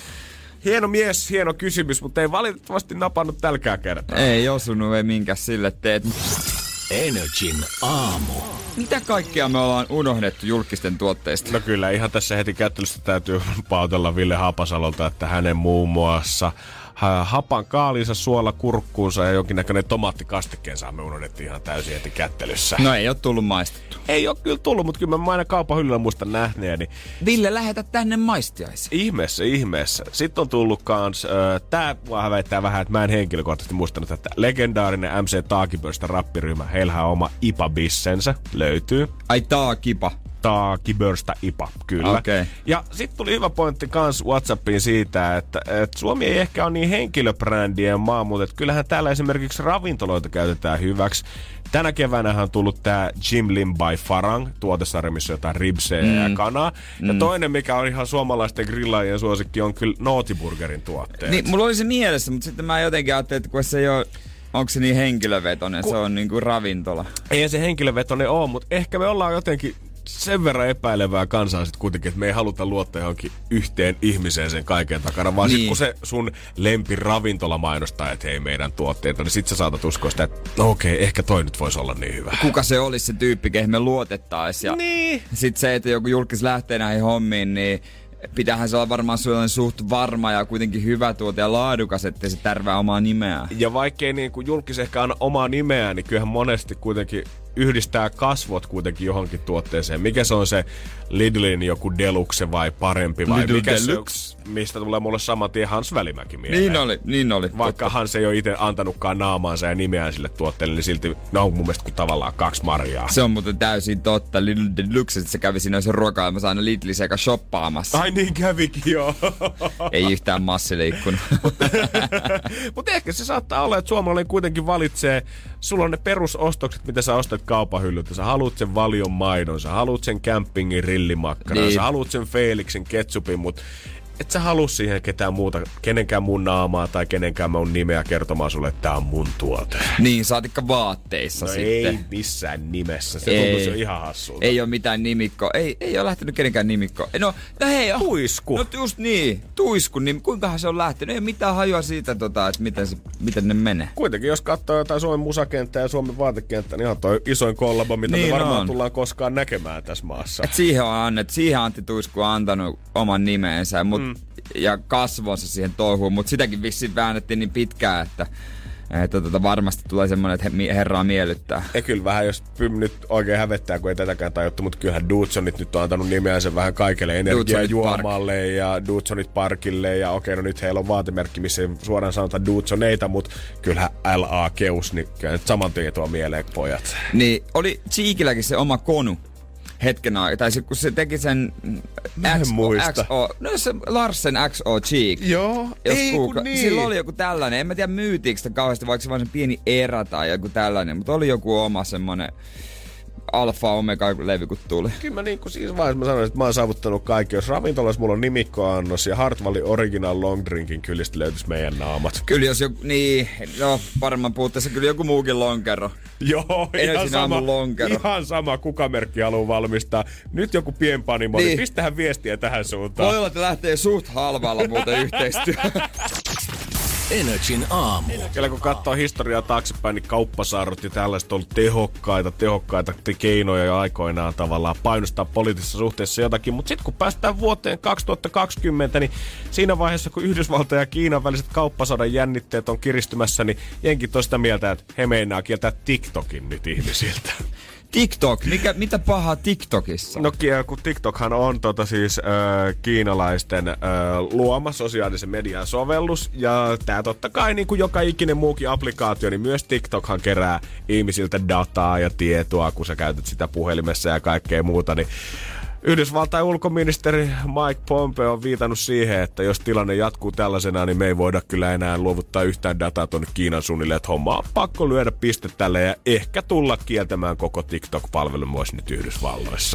Hieno mies, hieno kysymys, mutta ei valitettavasti napannut tälläkään kertaa. Ei osunut, ei minkäs sille teet. Energin aamu. Mitä kaikkea me ollaan unohdettu julkisten tuotteista? No kyllä, ihan tässä heti kättelystä täytyy pautella Ville Hapasalolta, että hänen muun muassa hapan kaalinsa, suola, kurkkuunsa ja jonkinnäköinen tomaattikastikeen saamme unohdettiin ihan täysin heti kättelyssä. No ei ole tullut maistettu. Ei ole kyllä tullut, mutta kyllä mä aina kaupan hyllyllä muistan nähneeni. Ville, lähetä tänne maistiaisiin. Ihmeessä. Sitten on tullut kans, tää häväittää vähän, että mä en henkilökohtaisesti muistanut, että legendaarinen MC Taakibörstä rappiryhmä, heillähän oma IPA-bissensä löytyy. Ai Taakipa. Taakibörstä IPA, kyllä. Okay. Ja sitten tuli hyvä pointti kans WhatsAppiin siitä, että Suomi ei ehkä ole niin henkilöbrändien maa, mutta kyllähän täällä esimerkiksi ravintoloita käytetään hyväksi. Tänä keväänähän on tullut tää Jim Lim by Farang, tuotesarja, missä on jotain ribsejä ja kanaa. Ja toinen, mikä on ihan suomalaisten grillaajien suosikki, on kyllä Nootiburgerin tuotteet. Niin, mulla oli se mielessä, mutta sitten mä jotenkin ajattelin, että kun se ei ole... Onko se niin henkilövetoinen? Se on niinku ravintola. Ei se henkilövetoinen ole, mutta ehkä me ollaan jotenkin sen verran epäilevää kansaa sit kuitenkin, että me ei haluta luottaa johonkin yhteen ihmiseen sen kaiken takana, vaan sit kun se sun lempiravintola mainostaa, että hei meidän tuotteita, niin sit sä saatat uskoa sitä, että no okei, ehkä toi nyt voisi olla niin hyvä. Kuka se olisi se tyyppi, kehen me luotettaisiin. Ja niin. Sit se, että joku julkis lähtee näihin hommiin, niin pitäähän se olla varmaan sellainen suht varma ja kuitenkin hyvä tuote ja laadukas, ettei se tärvää omaa nimeään. Ja vaikkei niin kuin julkis ehkä anna omaa nimeään, niin kyllähän monesti kuitenkin yhdistää kasvot kuitenkin johonkin tuotteeseen. Mikä se on se Lidlin joku Deluxe vai parempi vai Lidl mikä Deluxe? se, mistä tulee mulle saman tien Hans Välimäki mieleen. Niin oli. Vaikka Hans ei ole itse antanutkaan naamaansa ja nimeään sille tuotteelle, niin silti ne on mun mielestä kuin tavallaan 2 marjaa. Se on muuten täysin totta. Lidl Deluxe, että se kävi siinä sen ruokailmassa aina Lidlin sekä shoppaamassa. Ai niin kävikin joo. Ei yhtään massiliikkunut. Mutta ehkä se saattaa olla, että suomalainen kuitenkin valitsee, sulla on ne perusostokset, mitä sä ostat kaupan hyllyltä. Sä haluut sen Valion maidon, sä haluut sen campingin rillimakkaran, sä haluut sen Felixin ketsupin, mutta et sä halua siihen ketään muuta, kenenkään mun naamaa tai kenenkään mun nimeä kertomaan sulle, että tää on mun tuote. Niin, saatikka vaatteissa sitten. Ei missään nimessä. Se tuntuu jo ihan hassulta. Ei oo mitään nimikkoa. Ei oo lähtenyt kenenkään nimikkoa. No hei. Tuisku. No just niin. Tuisku, niin kuinkahan se on lähtenyt? Ei ole mitään hajua siitä, että miten ne menee. Kuitenkin, jos katsoo jotain Suomen musakenttää ja Suomen vaatekenttää, niin ihan toi isoin kollabo, mitä me varmaan tullaan koskaan näkemään tässä maassa. Et siihen Antti Tuisku on antanut oman nimensä ja kasvonsa siihen touhuun, mutta sitäkin vissiin väännettiin niin pitkään, että varmasti tulee semmoinen, että herraa miellyttää. Ja kyllä vähän, jos nyt oikein hävettää, kun ei tätäkään tajuttu, mutta kyllähän Dudesonit nyt on antanut nimeänsä vähän kaikille energiajuomalle ja Dudesonit Parkille ja okei, no nyt heillä on vaatemerkki, missä ei suoraan sanota Dudesoneita, mutta kyllähän LA Keus, niin kyllä nyt saman tien tuo mieleen pojat. Niin, oli Cheekilläkin se oma konu hetken aikaa, tai kun se teki sen XO, no se Larsen XO Cheek. Joo, ei kun niin. Sillä oli joku tällainen, en mä tiedä myytiinkö sitä kauheasti, vaikka se vaan sen pieni erä tai joku tällainen, mutta oli joku oma semmonen alfa omega levy kun tuli. Kyllä mä niinku siis vaiheessa mä sanoin, että mä oon saavuttanut kaikki. Jos ravintolassa mulla on nimikkoannos ja Hartwallin Original Long Drinkin kylistä löytyisi meidän naamat. Kyllä jos joku, niin, no paremman puutteessa kyllä joku muukin lonkero. Joo, ihan sama kuka merkki haluaa valmistaa. Nyt joku pienpanimo, niin pistähän viestiä tähän suuntaan. Voi olla, että lähtee suht halvalla muuten yhteistyö. Energin aamu. Kyllä kun katsoo historiaa taaksepäin, niin kauppasaarrot ja tällaiset on ollut tehokkaita keinoja jo aikoinaan tavallaan painostaa poliittisessa suhteessa jotakin. Mutta sitten kun päästään vuoteen 2020, niin siinä vaiheessa kun Yhdysvaltain ja Kiinan väliset kauppasodan jännitteet on kiristymässä, niin jenkit on sitä mieltä, että he meinaa kieltää TikTokin nyt ihmisiltä. TikTok? Mitä pahaa TikTokissa? No kun TikTokhan on kiinalaisten luoma sosiaalisen median sovellus. Ja tää totta kai niin kuin joka ikinen muukin applikaatio, niin myös TikTokhan kerää ihmisiltä dataa ja tietoa, kun sä käytät sitä puhelimessa ja kaikkea muuta. Niin Yhdysvaltain ulkoministeri Mike Pompeo on viitannut siihen, että jos tilanne jatkuu tällaisena, niin me ei voida kyllä enää luovuttaa yhtään dataa tuonne Kiinan suunnille, että homma on pakko lyödä piste tälle ja ehkä tulla kieltämään koko TikTok-palvelu myös nyt Yhdysvalloissa.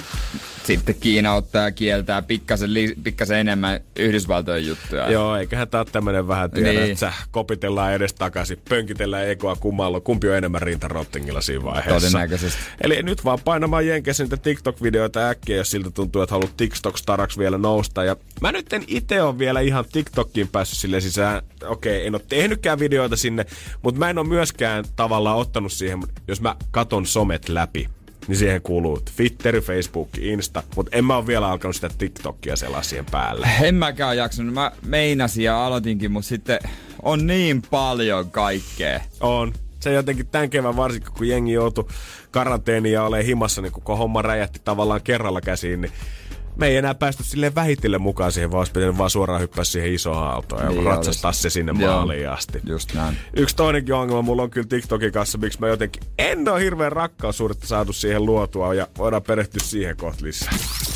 Sitten Kiina ottaa ja kieltää pikkasen enemmän Yhdysvaltojen juttuja. Joo, eiköhän tää ole tämmönen vähän tiedä, että sä kopitellaan edestakaisin, pönkitellään ekoa kummalla, kumpi on enemmän rintarottingilla siinä vaiheessa. Todennäköisesti. Eli nyt vaan painamaan jenkeissä niitä TikTok-videoita äkkiä, jos siltä tuntuu, että haluat TikTok-staraksi vielä nousta. Ja mä nyt en itse ole vielä ihan TikTokiin päässyt sille sisään. Okei, en ole tehnytkään videoita sinne, mutta mä en ole myöskään tavallaan ottanut siihen, jos mä katon somet läpi. Niin siihen kuuluu Twitter, Facebook, Insta, mutta en mä ole vielä alkanut sitä TikTokia selaa siihen päälle. En mäkään jaksanut. Mä meinasin ja aloitinkin, mutta sitten on niin paljon kaikkea. On. Se jotenkin tämän kevään varsinkin, kun jengi joutui karanteeniin ja olee himassa, niin koko homma räjähti tavallaan kerralla käsiin, niin me ei enää päästy silleen vähitellen mukaan siihen, vaan olisi pitänyt vaan suoraan hyppää siihen isoon autoon ja niin ratsastaa se sinne maaliin asti. Just näin. Yksi toinenkin ongelma mulla on kyllä TikTokin kanssa, miksi mä jotenkin en ole hirveän rakkaussuhdetta saatu siihen luotua ja voidaan perehtyä siihen kohta lisää.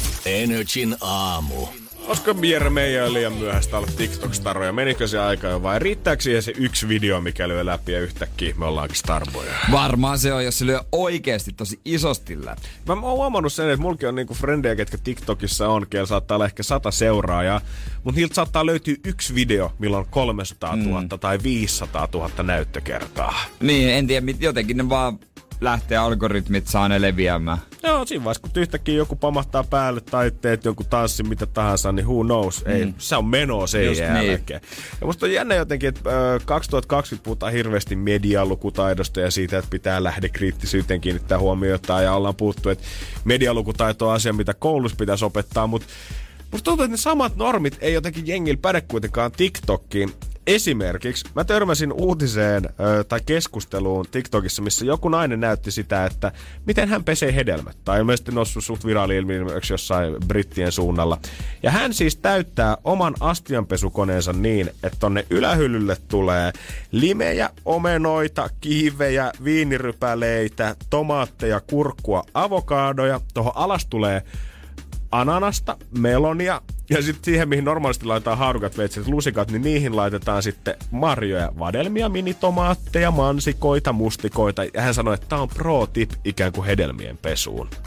Energin aamu. Olisiko Jere Meijö liian myöhäistä olla TikTok-staroja? Menikö se aika jo vai riittääkö siihen se yksi video, mikä lyö läpi ja yhtäkkiä me ollaankin starboja? Varmaan se on, jos se lyö oikeasti tosi isosti läpi. Mä oon huomannut sen, että mulki on niinku frendejä, ketkä TikTokissa on, keillä saattaa olla ehkä 100 seuraajaa, mutta niiltä saattaa löytyä yksi video, millä on 300 000 tai 500 000 näyttökertaa. Niin, en tiedä, jotenkin ne vaan lähtee algoritmit, saa ne leviämään. Joo, siinä vaiheessa, kun yhtäkkiä joku pamahtaa päälle tai teet jonkun tanssin, mitä tahansa, niin who knows? Ei, se on menoa sen jälkeen. Niin. Ja musta on jännä jotenkin, että 2020 puhutaan hirveästi medialukutaidosta ja siitä, että pitää lähdekriittisyyteen kiinnittää huomiota ja ollaan puhuttu, että medialukutaito on asia, mitä koulussa pitäisi opettaa, mutta musta tuntuu, että ne samat normit ei jotenkin jengillä päde kuitenkaan TikTokiin. Esimerkiksi mä törmäsin uutiseen tai keskusteluun TikTokissa, missä joku nainen näytti sitä, että miten hän pesee hedelmät. Tai ilmeisesti noussut suht viraali-ilmiöksi jossain brittien suunnalla. Ja hän siis täyttää oman astianpesukoneensa niin, että tonne ylähyllylle tulee limejä, omenoita, kiivejä, viinirypäleitä, tomaatteja, kurkkua, avokadoja. Tuohon alas tulee ananasta, melonia ja sitten siihen, mihin normaalisti laitetaan haarukat, veitset, lusikat, niin niihin laitetaan sitten marjoja, vadelmia, minitomaatteja, mansikoita, mustikoita. Ja hän sanoi, että tämä on pro-tip ikään kuin hedelmien pesuun.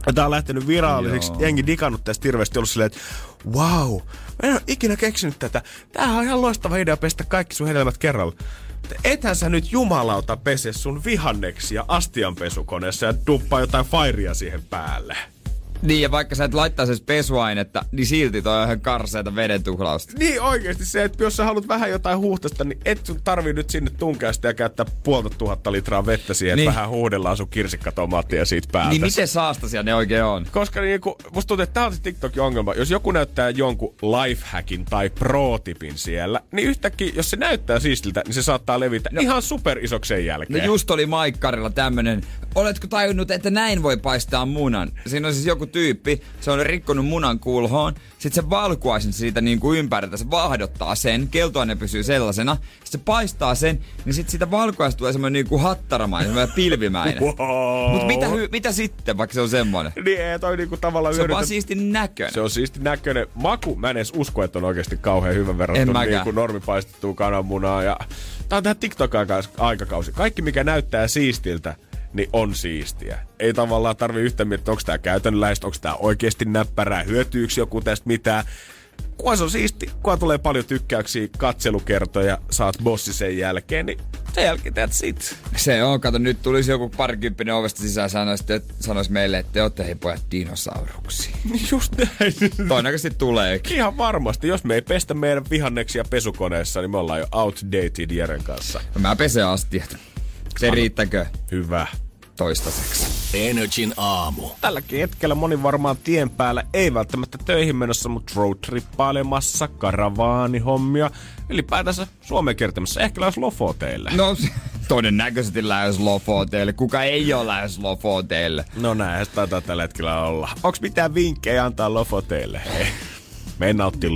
Tää on lähtenyt viraaliseksi. Jengi digannut tästä hirveästi, ollut silleen, että wow, mä en ole ikinä keksinyt tätä. Tämähän on ihan loistava idea pestä kaikki sun hedelmät kerralla. Ethän sä nyt jumalauta pese sun vihanneksia astianpesukoneessa ja dumppaa jotain fairia siihen päälle. Niin, ja vaikka sä et laittaisi pesuainetta, niin silti toi on ihan karseeta veden tuhlausta. Niin oikeesti se, että jos sä haluat vähän jotain huuhtasta, niin et sun tarvii nyt sinne tunkea sitä ja käyttää 500 litraa vettä siihen, niin. Että vähän huudellaan sun kirsikkatomaattia siitä päältä. Niin miten saastaisia ne oikein on? Koska niinku, musta tuntuu, että tää on se TikTokin ongelma. Jos joku näyttää jonkun lifehackin tai pro-tipin siellä, niin yhtäkkiä, jos se näyttää siistiltä, niin se saattaa levitä ihan superisokseen jälkeen. No just oli Maikkarilla tämmönen, oletko tajunnut, että näin voi paistaa munan? Siinä on siis joku tyyppi, se on rikkonut munan kulhoon, sit se valkuaisin siitä niinku ympäriltä, se vaahdottaa sen, keltoaine pysyy sellaisena, sit se paistaa sen, niin sit siitä valkuaisesta tulee semmoinen niinku hattaramainen, semmoinen pilvimäinen. Wow. Mut mitä sitten, vaikka se on semmoinen? Niin ei toi niinku tavallaan se on vaan siisti näköinen. Se on siisti näköinen. Maku, mä en edes usko, että on oikeesti kauhean hyvän verrattuna niinku normipaistettua kananmunaa. Ja tää on tähän TikTok-aikakausi. Kaikki mikä näyttää siistiltä, niin on siistiä. Ei tavallaan tarvi yhtä miettiä, onko tää käytännönläheistä, onko tää oikeesti näppärää, hyötyykö joku tästä mitään. Kun se on siisti, kun tulee paljon tykkäyksiä, katselukertoja, saat bossi sen jälkeen, niin sen jälkeen that's it. Se on, kato, nyt tulisi joku parikymppinen ovesta sisään sanoisi meille, että te ootte hei pojat dinosauruksia. Just näin. Todennäköisesti tuleekin. Ihan varmasti. Jos me ei pestä meidän vihanneksia pesukoneessa, niin me ollaan jo outdated Jeren kanssa. Mä pesen astiat. Se riittäkö? Hyvä. Toistaiseksi. Energin aamu. Tälläkin hetkellä moni varmaan tien päällä ei välttämättä töihin menossa, mutta roadtrippailemassa, karavaanihommia. Ylipäätänsä Suomen kiertämässä. Ehkä lähes Lofoteille. No todennäköisesti lähes Lofoteille. Kuka ei ole lähes Lofoteille? No näinhän se taitaa tällä hetkellä olla. Onks mitään vinkkejä antaa Lofoteille? Hei. Me nauttii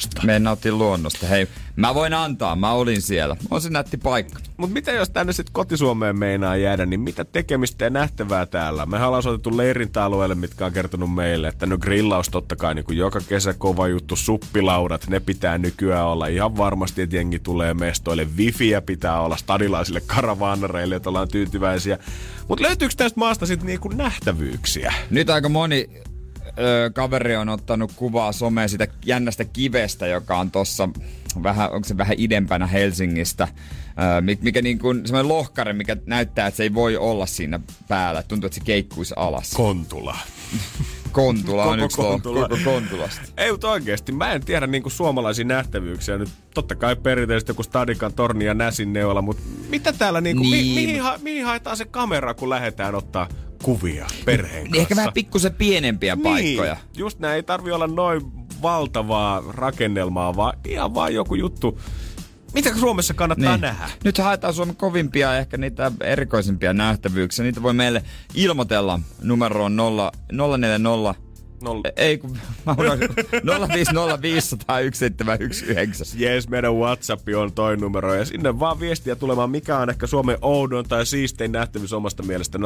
luonnosta. Hei, mä voin antaa. Mä olin siellä. On se nätti paikka. Mut mitä jos tänne sit kotisuomeen meinaa jäädä, niin mitä tekemistä ja nähtävää täällä? Me ollaan soitettu leirintäalueelle, mitkä on kertonut meille, että no grillaus totta kai niin kuin joka kesä kova juttu, suppilaudat, ne pitää nykyään olla ihan varmasti, että jengi tulee mestoille. Wifiä pitää olla stadilaisille karavaanareille, että ollaan tyytyväisiä. Mut löytyykö tästä maasta sit niinku nähtävyyksiä? Nyt aika moni kaveri on ottanut kuvaa someen sitä jännästä kivestä, joka on tossa vähän, onko se vähän idempänä Helsingistä, mikä niin kuin semmoinen lohkare, mikä näyttää, että se ei voi olla siinä päällä. Tuntuu, että se keikkuisi alas. Kontula. Kontula on yksi koko Kontulasta. Ei, mutta oikeesti. Mä en tiedä niinku suomalaisia nähtävyyksiä. Nyt totta kai perinteisesti joku Stadikan torni ja Näsin neola, mutta mitä täällä niinku, mihin haetaan se kamera, kun lähdetään ottaa kuvia perheen kanssa? Ehkä vähän pikkusen pienempiä paikkoja. Just näin, ei tarvi olla noin valtavaa rakennelmaa, vaan ihan vaan joku juttu. Mitä Suomessa kannattaa nähdä? Nyt haetaan Suomen kovimpia, ehkä niitä erikoisimpia nähtävyyksiä. Niitä voi meille ilmoitella numeroon 040. Ei kun mä unohdin. 050501719. Jes, meidän WhatsApp on toi numero. Ja sinne vaan viestiä tulemaan, mikä on ehkä Suomen oudon tai siistein nähtävyys omasta mielestä 050501719.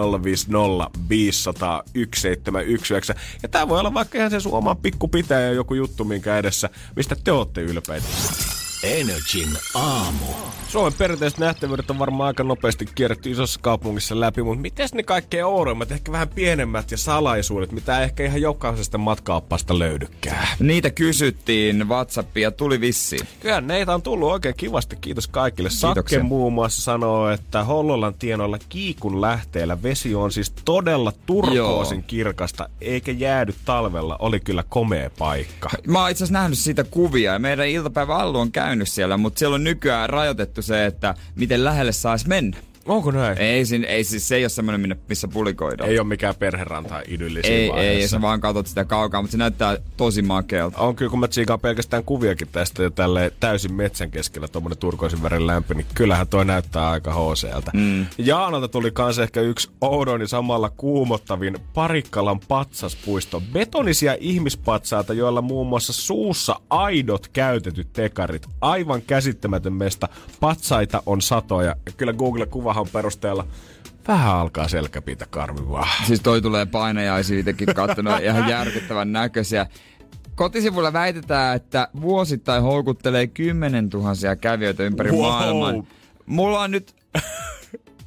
Ja tää voi olla vaikka ihan se sun oman pikkupitäjä ja joku juttu, minkä edessä, mistä te ootte ylpeitä. Energin aamu. Suomen perinteiset nähtävyydet on varmaan aika nopeasti kierretty isossa kaupungissa läpi, mutta mites ne kaikkein oudoimmat, ehkä vähän pienemmät ja salaisuudet, mitä ehkä ihan jokaisesta matkaoppasta löydykään? Niitä kysyttiin WhatsAppia, tuli vissiin. Kyllä neitä on tullut oikein kivasti, kiitos kaikille. Sakke muun muassa sanoo, että Hollolan tienoilla Kiikun lähteellä vesi on siis todella turkoosin kirkasta, eikä jäädy talvella. Oli kyllä komea paikka. Mä oon itse asiassa nähnyt siitä kuvia ja meidän iltapäivä Allu on käynyt siellä, mutta siellä on nykyään rajoitettu se, että miten lähelle saisi mennä. Onko näin? Ei siis se ei ole semmoinen, missä pulikoidaan. Ei ole mikään perheranta idyllisiä vaiheessa. Ei, sä vaan katsot sitä kaukaa, mutta se näyttää tosi makealta. On kyllä, kun mä tsiikaan pelkästään kuviakin tästä jo tälleen täysin metsän keskellä tommonen turkoisin värin lämpö, niin kyllähän toi näyttää aika hooseelta. Jaanalta tuli kans ehkä yksi oudon ja samalla kuumottavin Parikkalan patsaspuisto. Betonisia ihmispatsaita, joilla muun muassa suussa aidot käytetyt tekarit. Aivan käsittämätön mesta. Patsaita on satoja. Ja kyllä Google-kuvahan perusteella vähän alkaa selkäpiitä karmivaa. Siis toi tulee painajaisiitakin kattonut ihan järkyttävän näköisiä. Kotisivuilla väitetään, että vuosittain houkuttelee 10 000 kävijöitä ympäri maailman. Mulla on nyt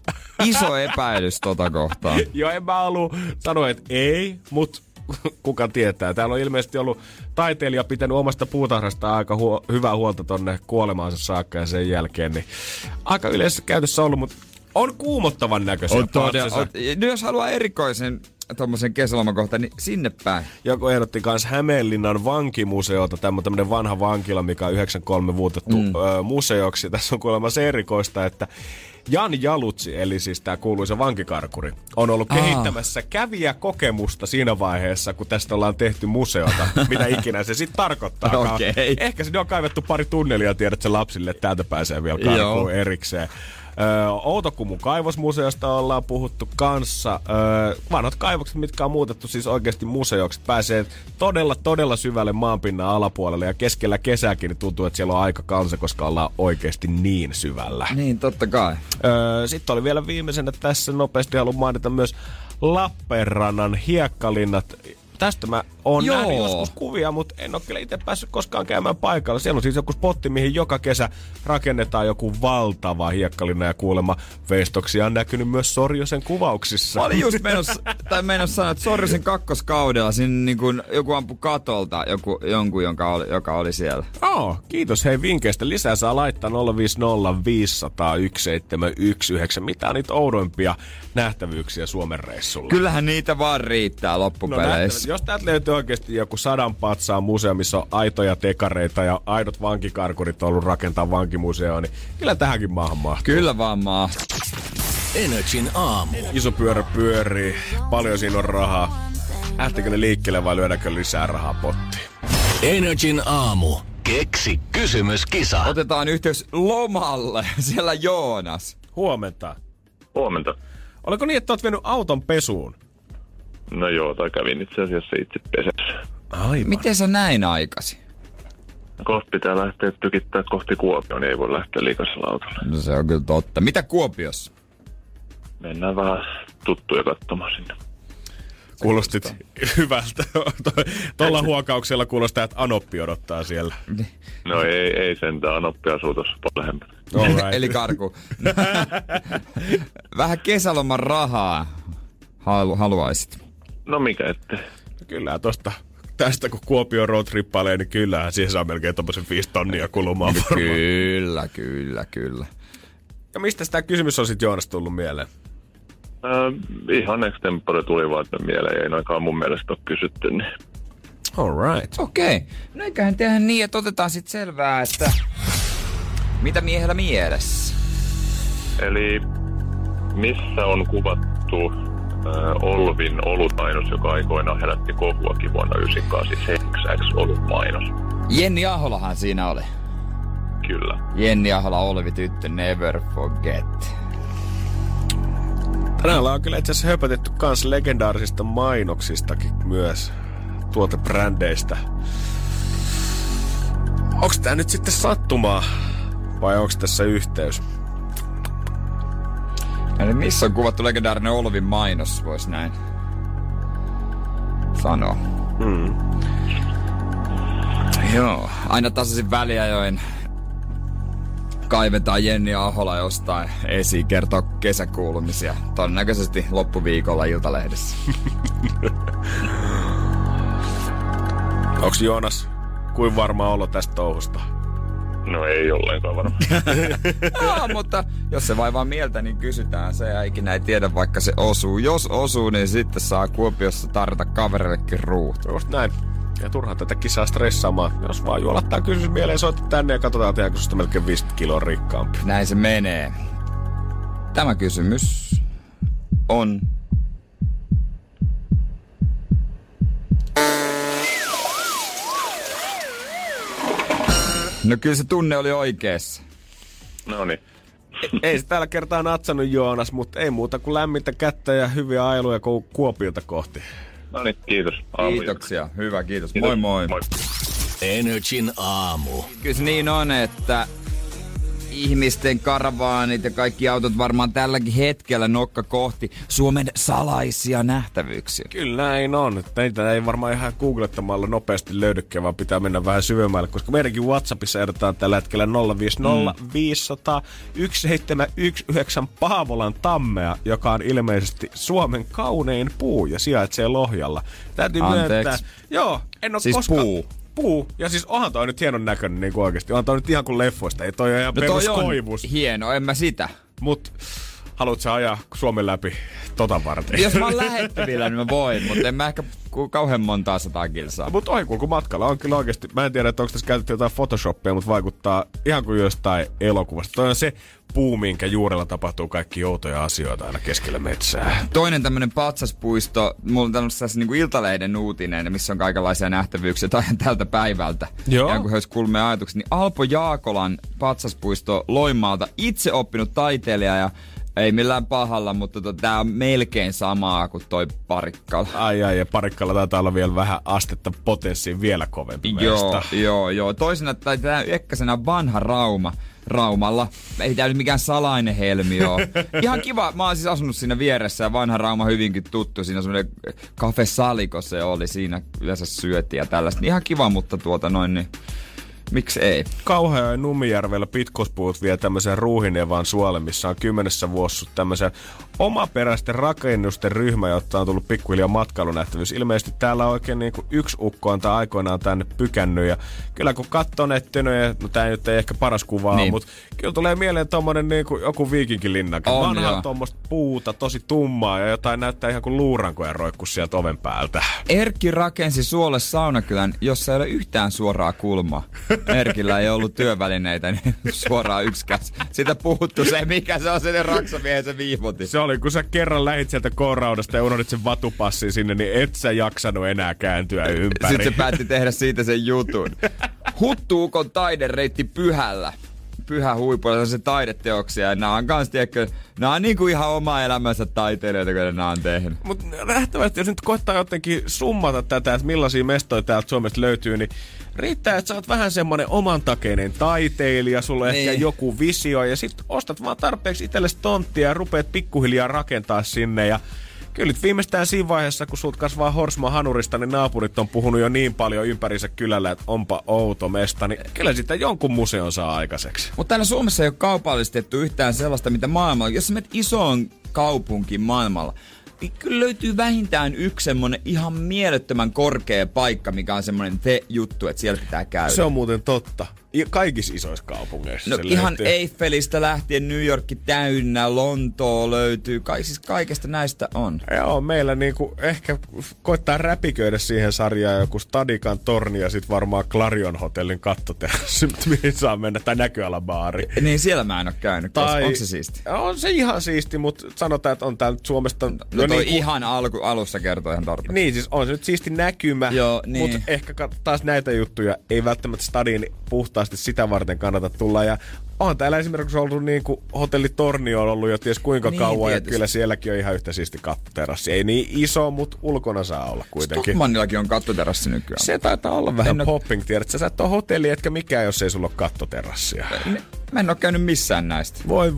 Iso epäilys tota kohtaa. Joo, en mä halua sanoa, että ei, mutta kuka tietää. Täällä on ilmeisesti ollut taiteilija pitänyt omasta puutarhasta aika hyvää huolta tonne kuolemaansa saakka ja sen jälkeen. Niin aika yleisessä käytössä ollut, mutta on kuumottavan näköisiä. On todella. Jos haluaa erikoisen tommosen kesälomakohta, niin sinne päin. Joku ehdotti kans Hämeenlinnan vankimuseota, tämmönen vanha vankila, mikä on 93 vuotettu museoksi. Tässä on kuulemma se erikoista, että Jan Jalutsi, eli siis tää kuuluisa vankikarkuri, on ollut kehittämässä kävijäkokemusta siinä vaiheessa, kun tästä ollaan tehty museota. Mitä ikinä se sitten tarkoittaa. Okay. Ehkä sinne on kaivettu pari tunnelia, tiedät se lapsille, että täältä pääsee vielä karkuun erikseen. Outokummun kaivosmuseosta ollaan puhuttu kanssa. Vanhat kaivokset, mitkä on muutettu siis oikeasti museoksi, pääsee todella syvälle maanpinnan alapuolelle ja keskellä kesääkin niin tuntuu, että siellä on aika kansa, koska ollaan oikeasti niin syvällä. Niin, totta kai. Sitten oli vielä viimeisenä tässä nopeasti haluan mainita myös Lappeenrannan hiekkalinnat. Tästä mä oon nähnyt joskus kuvia, mutta en ole kyllä itse päässyt koskaan käymään paikalla. Siellä on siis joku spotti, mihin joka kesä rakennetaan joku valtava hiekkalinna ja kuulemma veistoksia on näkynyt myös Sorjosen kuvauksissa. Mä olin just menossa sanoa, että Sorjosen kakkoskaudella siinä niin kuin joku ampui katolta jonkun, joka oli siellä. Kiitos hei vinkkeistä. Lisää saa laittaa 050 500 1719. Mitä on niitä oudoimpia nähtävyyksiä Suomen reissulla? Kyllähän niitä vaan riittää loppupeleissä. Jos täältä löytyy oikeasti joku 100 patsaan museo, missä on aitoja tekareita ja aidot vankikarkurit on ollut rakentaa vankimuseoa, niin kyllä tähänkin maahan mahtuu. Kyllä vaan mahtuu. NRJ:n aamu. Iso pyörä pyörii, paljon siinä on rahaa. Lähtikö ne liikkeelle vai lyödäänkö lisää rahaa pottiin? NRJ:n aamu. Keksi kysymyskisa. Otetaan yhteys lomalle. Siellä Joonas. Huomenta. Huomenta. Oliko niin, että oot vienyt auton pesuun? No joo, tai kävin itse asiassa itse pesässä. Aivan. Miten sä näin aikaisin? Kohta pitää lähteä tykittää kohti Kuopioon, niin ei voi lähteä liikaisella autolla. No se on kyllä totta. Mitä Kuopiossa? Mennään vähän tuttuja katsomaan sinne. Kuulostit hyvältä. Tuolla huokauksella kuulostaa, että Anoppi odottaa siellä. No ei sentään. Anoppi asuu tuossa paljon lähempänä. Eli karku. Vähän kesäloman rahaa haluaisit. No mikä ettei. Kyllä tästä kun Kuopio roadtrippailee, niin kyllähän siihen saa melkein tommosen 5 tonnia kulumaan varmaan. Kyllä. Ja mistä tämä kysymys on sitten Joonas tullut mieleen? Ihan extempore tuli vaan mieleen, ei noikaan mun mielestä ole kysytty. Niin. Alright. Okei. No eiköhän tehdä niin, että otetaan sitten selvää, että mitä miehellä mielessä? Eli missä on kuvattu Olvin olutmainos, joka aikoinaan herätti kohuakin vuonna 1998, siis XX-olutmainos. Jenni Aholahan siinä oli. Kyllä. Jenni Ahola, Olvi tyttö, never forget. Tänään on kyllä itse asiassa höpötetty kans legendaarisista mainoksistakin myös tuotebrändeistä. Onks tää nyt sitten sattumaa vai onks tässä yhteys? Eli missä on kuvattu legendaarinen Olvin mainos, vois näin sanoa. Joo, aina tasaisin väliajoin kaivetaan Jenni Ahola jostain esiin, kertoo kesäkuulumisia. Todennäköisesti loppuviikolla Iltalehdessä. Onks Joonas kuin varma olo tästä touhusta? No ei ollenkaan varmaan. Mutta jos se vaivaa mieltä, niin kysytään se ja ikinä ei tiedä, vaikka se osuu. Jos osuu, niin sitten saa Kuopiossa tarjota kavereillekin ruut. Just näin. Ja turhaan tätä kisaa stressaamaan. Jos vaan juolattaa kysymys mieleen, soita tänne ja katsotaan, tehdäänkö susta melkein 50 kiloa rikkaampi. Näin se menee. Tämä kysymys on... No kyllä se tunne oli oikeassa. No niin. Ei se tällä kertaa natsannut Joonas, mutta ei muuta kuin lämmintä kättä ja hyviä ailuja Kuopiota kohti. No niin, kiitos. Kiitoksia. Hyvä, kiitos. Moi. NRJ:n aamu. Kyllä se niin on, että ihmisten karavaanit ja kaikki autot varmaan tälläkin hetkellä nokka kohti Suomen salaisia nähtävyyksiä. Kyllä näin on. Näitä ei varmaan ihan googlettamalla nopeasti löydykään, vaan pitää mennä vähän syvemmälle, koska meidänkin WhatsAppissa ehdotetaan tällä hetkellä 050 500 1719 Paavolan tammea, joka on ilmeisesti Suomen kaunein puu ja sijaitsee Lohjalla. Täytyy myöntää. Joo, en oo siis koskaan... Puu. Ja siis onhan toi nyt hienon näköinen niin oikeesti. Onhan toi nyt ihan kuin leffoista. Ei toi ole ihan peruskoivus. Hieno, en mä sitä. Mut haluat sä ajaa Suomen läpi tota varten? Jos mä oon lähettävillä, niin mä voin, mutta en mä ehkä kauhean montaa 100 kilsaa. Mutta ohikulkumatkalla on kyllä oikeesti. Mä en tiedä, että onko tässä käytetty jotain Photoshopia, mutta vaikuttaa ihan kuin jostain elokuvasta. Toi on se puu, minkä juurella tapahtuu kaikki outoja asioita aina keskellä metsää. Toinen tämmönen patsaspuisto, mulla on tämmössä niinku Iltalehden uutinen, missä on kaikenlaisia nähtävyyksiä tältä päivältä. Joo. Ja kun höys kulmeen ajatuksia, niin Alpo Jaakolan patsaspuisto Loimaalta, itse oppinut taiteilija ja ei millään pahalla, mutta tää on melkein samaa kuin toi Parikkala. Ai, ja Parikkala taitaa olla vielä vähän astetta potenssiin vielä kovempi meistä. Joo. Toisena tai tää ykkösenä vanha Raumalla. Ei tää nyt mikään salainen helmi oo. Ihan kiva. Mä oon siis asunut siinä vieressä ja vanha Rauma hyvinkin tuttu. Siinä on semmonen Cafe Saliko se oli. Siinä yleensä syötiin ja tällaista. Ihan kiva, mutta niin miksi ei? Kauhajoen Numijärvellä pitkospuut vie tämmöisen Ruuhinevan suolle, missä on 10 vuossa tämmöisen omaperäisten rakennusten ryhmä, jotta on tullut pikkuhiljaa matkailunähtävyys. Ilmeisesti täällä oikein niin kuin yksi ukko on aikoinaan tänne pykännyt. Ja kyllä kun katsoo näitä tönöjä, no tää nyt ei ehkä paras kuvaa, niin. Mutta kyllä tulee mieleen tommonen niin kuin joku viikinkilinnakin. Vanha tommoista puuta, tosi tummaa ja jotain näyttää ihan kuin luurankoja roikkuu sieltä oven päältä. Erkki rakensi suolle saunakylän, jossa ei ole yhtään suoraa kulmaa. Erkillä ei ollut työvälineitä, niin suoraan yksikäs. Sitä puhuttu se, mikä se on se raksamiehen se viivoti. Se oli, kun sä kerran lähit sieltä K-raudasta ja unohdit sen vatupassin sinne, niin et sä jaksanut enää kääntyä ympäri. Sitten se päätti tehdä siitä sen jutun. Huttuukon taidereitti Pyhällä. Pyhä huipulla se taideteoksia ja nämä on kans, tiedätkö, nämä on niinku ihan oma elämänsä taiteilijoita, kun nämä on tehnyt. Mutta nähtävästi, jos nyt koittaa jotenkin summata tätä, että millaisia mestoja täältä Suomesta löytyy, niin riittää, että sä oot vähän semmonen omantakeinen taiteilija, sulla on ehkä joku visio ja sit ostat vaan tarpeeksi itsellesi tonttia ja rupeat pikkuhiljaa rakentaa sinne ja kyllä nyt viimeistään siinä vaiheessa, kun sulta kasvaa Horsma hanurista, niin naapurit on puhunut jo niin paljon ympärinsä kylällä, että onpa outo mesta, niin kyllä sitä jonkun museon saa aikaiseksi. Mutta täällä Suomessa ei ole kaupallistettu yhtään sellaista, mitä maailmalla, jos sä menet isoon kaupunkiin maailmalla, niin kyllä löytyy vähintään yksi semmonen ihan mielettömän korkea paikka, mikä on semmonen juttu, että siellä pitää käydä. Se on muuten totta. Kaikissa isoissa kaupungeissa no se ihan löytyy. Eiffelistä lähtien New York täynnä, Lontoo löytyy, siis kaikesta näistä on. Joo, meillä niinku ehkä koittaa räpiköidä siihen sarjaan joku Stadikan torni ja sit varmaan Clarion Hotellin kattoterassi, mihin saa mennä, tai näköalabaari. Niin siellä mä en oo käynyt, onko se siisti? On se ihan siisti, mutta sanotaan, että on täällä Suomesta... No toi niinku, ihan alussa kertoo ihan tarpeeksi. Niin, siis on se nyt siisti näkymä, mutta ehkä taas näitä juttuja ei välttämättä Stadin puhtaasti sitä varten kannata tulla. Ja on täällä esimerkiksi ollut niinku hotelli Tornio on ollut jo ties kuinka kauan tietysti. Ja kyllä sielläkin on ihan yhtä siisti kattoterassi. Ei niin iso, mutta ulkona saa olla kuitenkin. Stockmannillakin on kattoterassi nykyään. Se taitaa olla vähän popping, tiedät. Sä et ole hotelli, etkä mikään, jos ei sulla ole kattoterassia. Mä en oo käynyt missään näistä.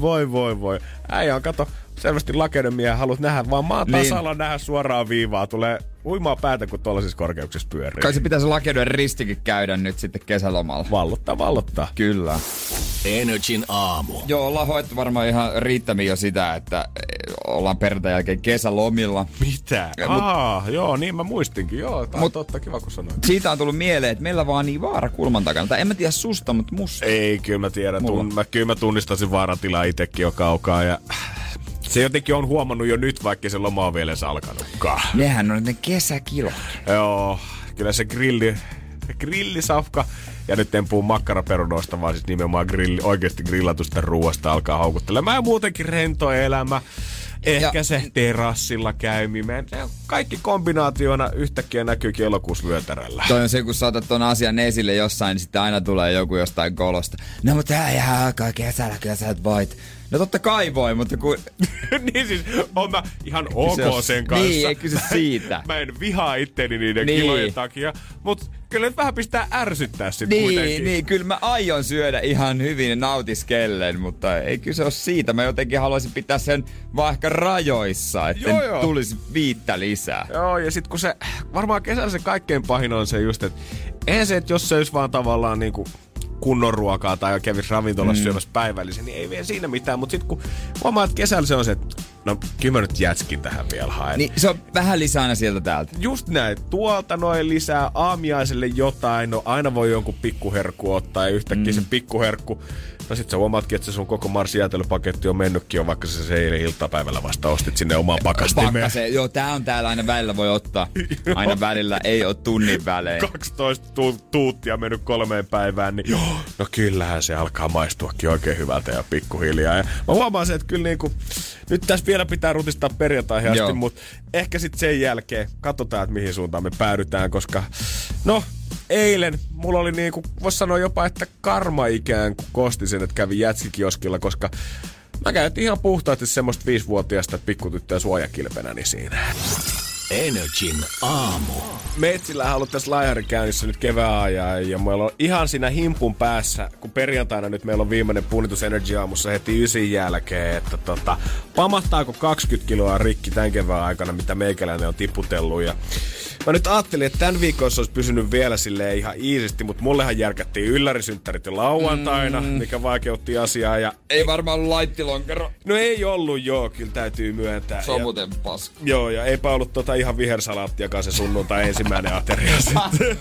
Voi. Äijä on, kato, selvästi lakeudemiehän haluat nähdä, vaan maan tasalla nähdä suoraan viivaa. Tulee uimaa päätä, kun tuollaisissa korkeuksissa pyörii. Kai se pitäisi lakeuden ristikin käydä nyt sitten kesälomalla. Vallottaa. Kyllä. Energin aamu. Joo, ollaan hoettu varmaan ihan riittämiin jo sitä, että ollaan perjantain jälkeen kesälomilla. Mitä? Joo, niin mä muistinkin. Joo, tää on totta, kiva kun sanoit. Siitä on tullut mieleen, että meillä vaan niin vaara kulman takana. Tai en mä tiedä susta, mutta musta. Ei, kyllä mä tiedän. Kyllä mä tunnistasin vaarantilaa itsekin jo kaukaa ja... Se jotenkin on huomannut jo nyt, vaikka se loma on vielä edes alkanutkaan. Nehän on ne kesäkilot. Joo, kyllä se grillisafka, ja nyt en puhu makkaraperunoista, vaan siis nimenomaan oikeasti grillatusta ruoasta alkaa houkuttelemaan. Ja muutenkin rento elämä, ehkä se terassilla käyminen. Kaikki kombinaationa yhtäkkiä näkyykin elokuussa vyötäröllä. Toi on se, kun sä otat ton asian esille jossain, niin sitten aina tulee joku jostain kolosta. No mutta tää ihan alkaa kesällä, kyllä sä voit. No totta kai voi, mutta kun... niin siis, on mä ihan ok sen kanssa. Niin, ei kyse siitä. Mä en vihaa itteeni niiden kilojen takia, mutta kyllä nyt vähän pistää ärsyttää sit kuitenkin. Niin, kyllä mä aion syödä ihan hyvin ja nautiskellen, mutta ei kyse ole siitä. Mä jotenkin haluaisin pitää sen vaan ehkä rajoissa, että tulisi 5 lisää. Joo, ja sit kun se, varmaan kesällä se kaikkein pahin on se just, että eihän se, että jos se olisi vaan tavallaan niinku kunnon ruokaa tai kävisi ravintolassa syömässä päivällisen, niin ei vielä siinä mitään. Mutta sitten kun huomaa, että kesällä se on se, että no kyllä mä nyt jätskin tähän vielä haen. Niin se on vähän lisää aina sieltä täältä. Just näin. Tuolta noin lisää aamiaiselle jotain. No aina voi jonkun pikkuherkku ottaa ja yhtäkkiä se pikkuherkku. No sit sä huomaatkin, että se sun koko Marsin jäätelöpaketti on mennytkin jo, vaikka se eilen iltapäivällä vasta ostit sinne omaan pakastimeen. Joo, tää on täällä aina välillä voi ottaa. Aina välillä ei oo tunnin välein. 12 tuuttia mennyt 3 päivään, niin no kyllähän se alkaa maistuakin oikein hyvältä ja pikkuhiljaa. Ja mä huomaan sen, että kyllä niinku, nyt tässä vielä pitää rutistaa perjantaihin asti, mutta ehkä sit sen jälkeen katsotaan, että mihin suuntaan me päädytään, koska no eilen mulla oli niinku, vois sanoa jopa, että karma ikään kuin kosti sen, että kävin jätskikioskilla, koska mä käytin ihan puhtaasti semmoista 5-vuotiaista pikkutyttöä suojakilpenäni siinä. Energin aamu. Metsillä on ollut tässä laiharikäynnissä nyt kevään ja meillä on ihan siinä himpun päässä, kun perjantaina nyt meillä on viimeinen punnitus Energy-aamussa heti 9 jälkeen, että pamahtaako 20 kiloa rikki tämän kevään aikana, mitä meikäläinen on tiputellut. Ja mä nyt ajattelin, että tämän viikon se olisi pysynyt vielä silleen ihan iisisti, mutta mullehan järkättiin yllärisynttärit jo lauantaina, mikä vaikeutti asiaa. Ja ei varmaan ollut laittilonkero. No ei ollut, kyllä täytyy myöntää. Se on muuten paska. Joo, ja eipä ollut ihan vihersalaattiakaan se sunnuntai ensimmäinen ateria sitten.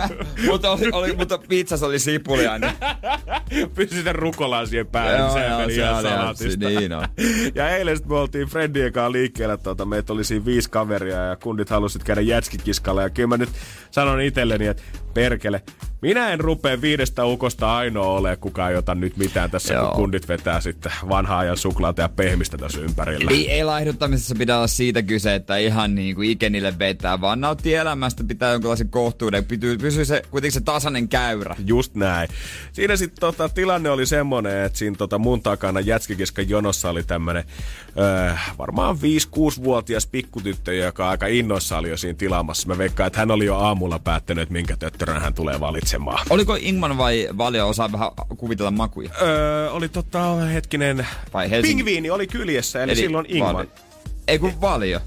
mutta pizzassa oli sipulia. Niin. Pysy sitä rukolaa siihen päälle, niin se meni ihan salaatista. Niin on. Ja eilen sitten me oltiin Friendien kanssa liikkeellä, meitä oli siinä 5 kaveria ja kundit halusivat käydä jätskikiskalla. Ja kyllä mä nyt sanon itselleni, että perkele, minä en rupea 5 ukosta ainoa ole, kukaan ei ota nyt mitään tässä, kun kundit vetää sitten vanhaa ajan suklaata ja pehmistä tässä ympärillä. Ei laihduttamisessa pitää olla siitä kyse, että ihan niin kuin ikenille vetää, vaan nauttii elämästä, pitää jonkinlaisen kohtuuden, pysyy se kuitenkin se tasainen käyrä. Just näin. Siinä sitten tilanne oli semmonen, että siinä mun takana jätskikiskan jonossa oli tämmönen varmaan 5-6-vuotias pikkutyttö, joka aika innoissa oli jo siinä tilaamassa. Mä veikkaan, että hän oli jo aamulla päättänyt, että minkä töttörän hän tulee valitsemaan. Oliko Ingman vai Valio osaa vähän kuvitella makuja? Oli hetkinen, pingviini oli kyljessä, eli silloin Ingman. Ei kun Valio.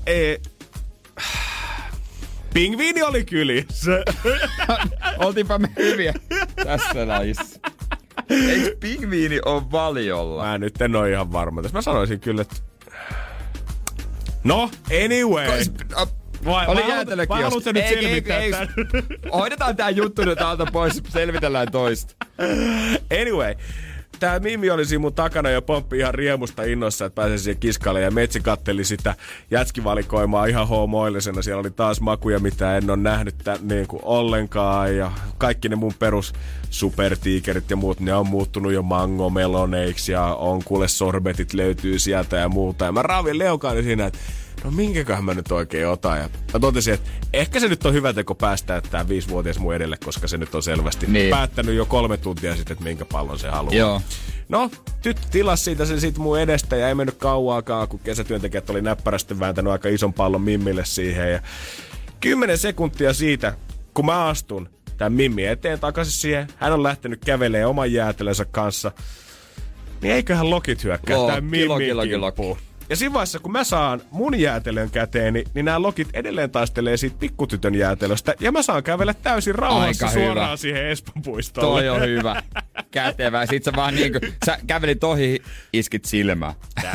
Pingviini oli kyljessä. Oltiinpa me hyviä tässä lajissa. Eikö pingviini ole Valiolla? Mä nyt en ole ihan varma. Mä sanoisin kyllä, että no, anyway. Oli jäätelökioski. Vai haluatko nyt selvittää tämän? Hoidetaan tää juttu nyt alta pois, selvitellään toista. Anyway. Tää Mimmi oli siinä mun takana ja pomppi ihan riemusta innossa, että pääsee siihen kiskalle. Ja Metsi katteli sitä jätskivalikoimaa ihan hoomoillisena. Siellä oli taas makuja, mitä en ole nähnyt niin kuin ollenkaan. Ja kaikki ne mun perus supertiikerit ja muut, ne on muuttunut jo mangomeloneiksi. Ja on kuule sorbetit löytyy sieltä ja muuta. Ja mä raavin leukaani siinä, että no minkäköhän mä nyt oikein otan. Ja mä totesin, että ehkä se nyt on hyvä teko päästää tää 5-vuotias mun edelle, koska se nyt on selvästi päättänyt jo 3 tuntia sitten, että minkä pallon se haluaa. Joo. No, tyttö tilasi siitä sen sit mun edestä ja ei mennyt kauaakaan, kun kesätyöntekijät oli näppärästi vääntänyt aika ison pallon Mimmille siihen. Ja 10 sekuntia siitä, kun mä astun tämän Mimmi eteen takaisin siihen, hän on lähtenyt kävelemään oman jäätelönsä kanssa, niin eiköhän lokit hyökkää tämän Mimmin kimppuun. Ja siinä vaiheessa, kun mä saan mun jäätelön käteeni, niin nämä lokit edelleen taistelee siitä pikkutytön jäätelöstä. Ja mä saan kävellä täysin rauhassa suoraan siihen Espoon puistolle. Toi on hyvä. Kätevä. Sit sä vaan niinku, sä kävelit ohi, iskit silmää.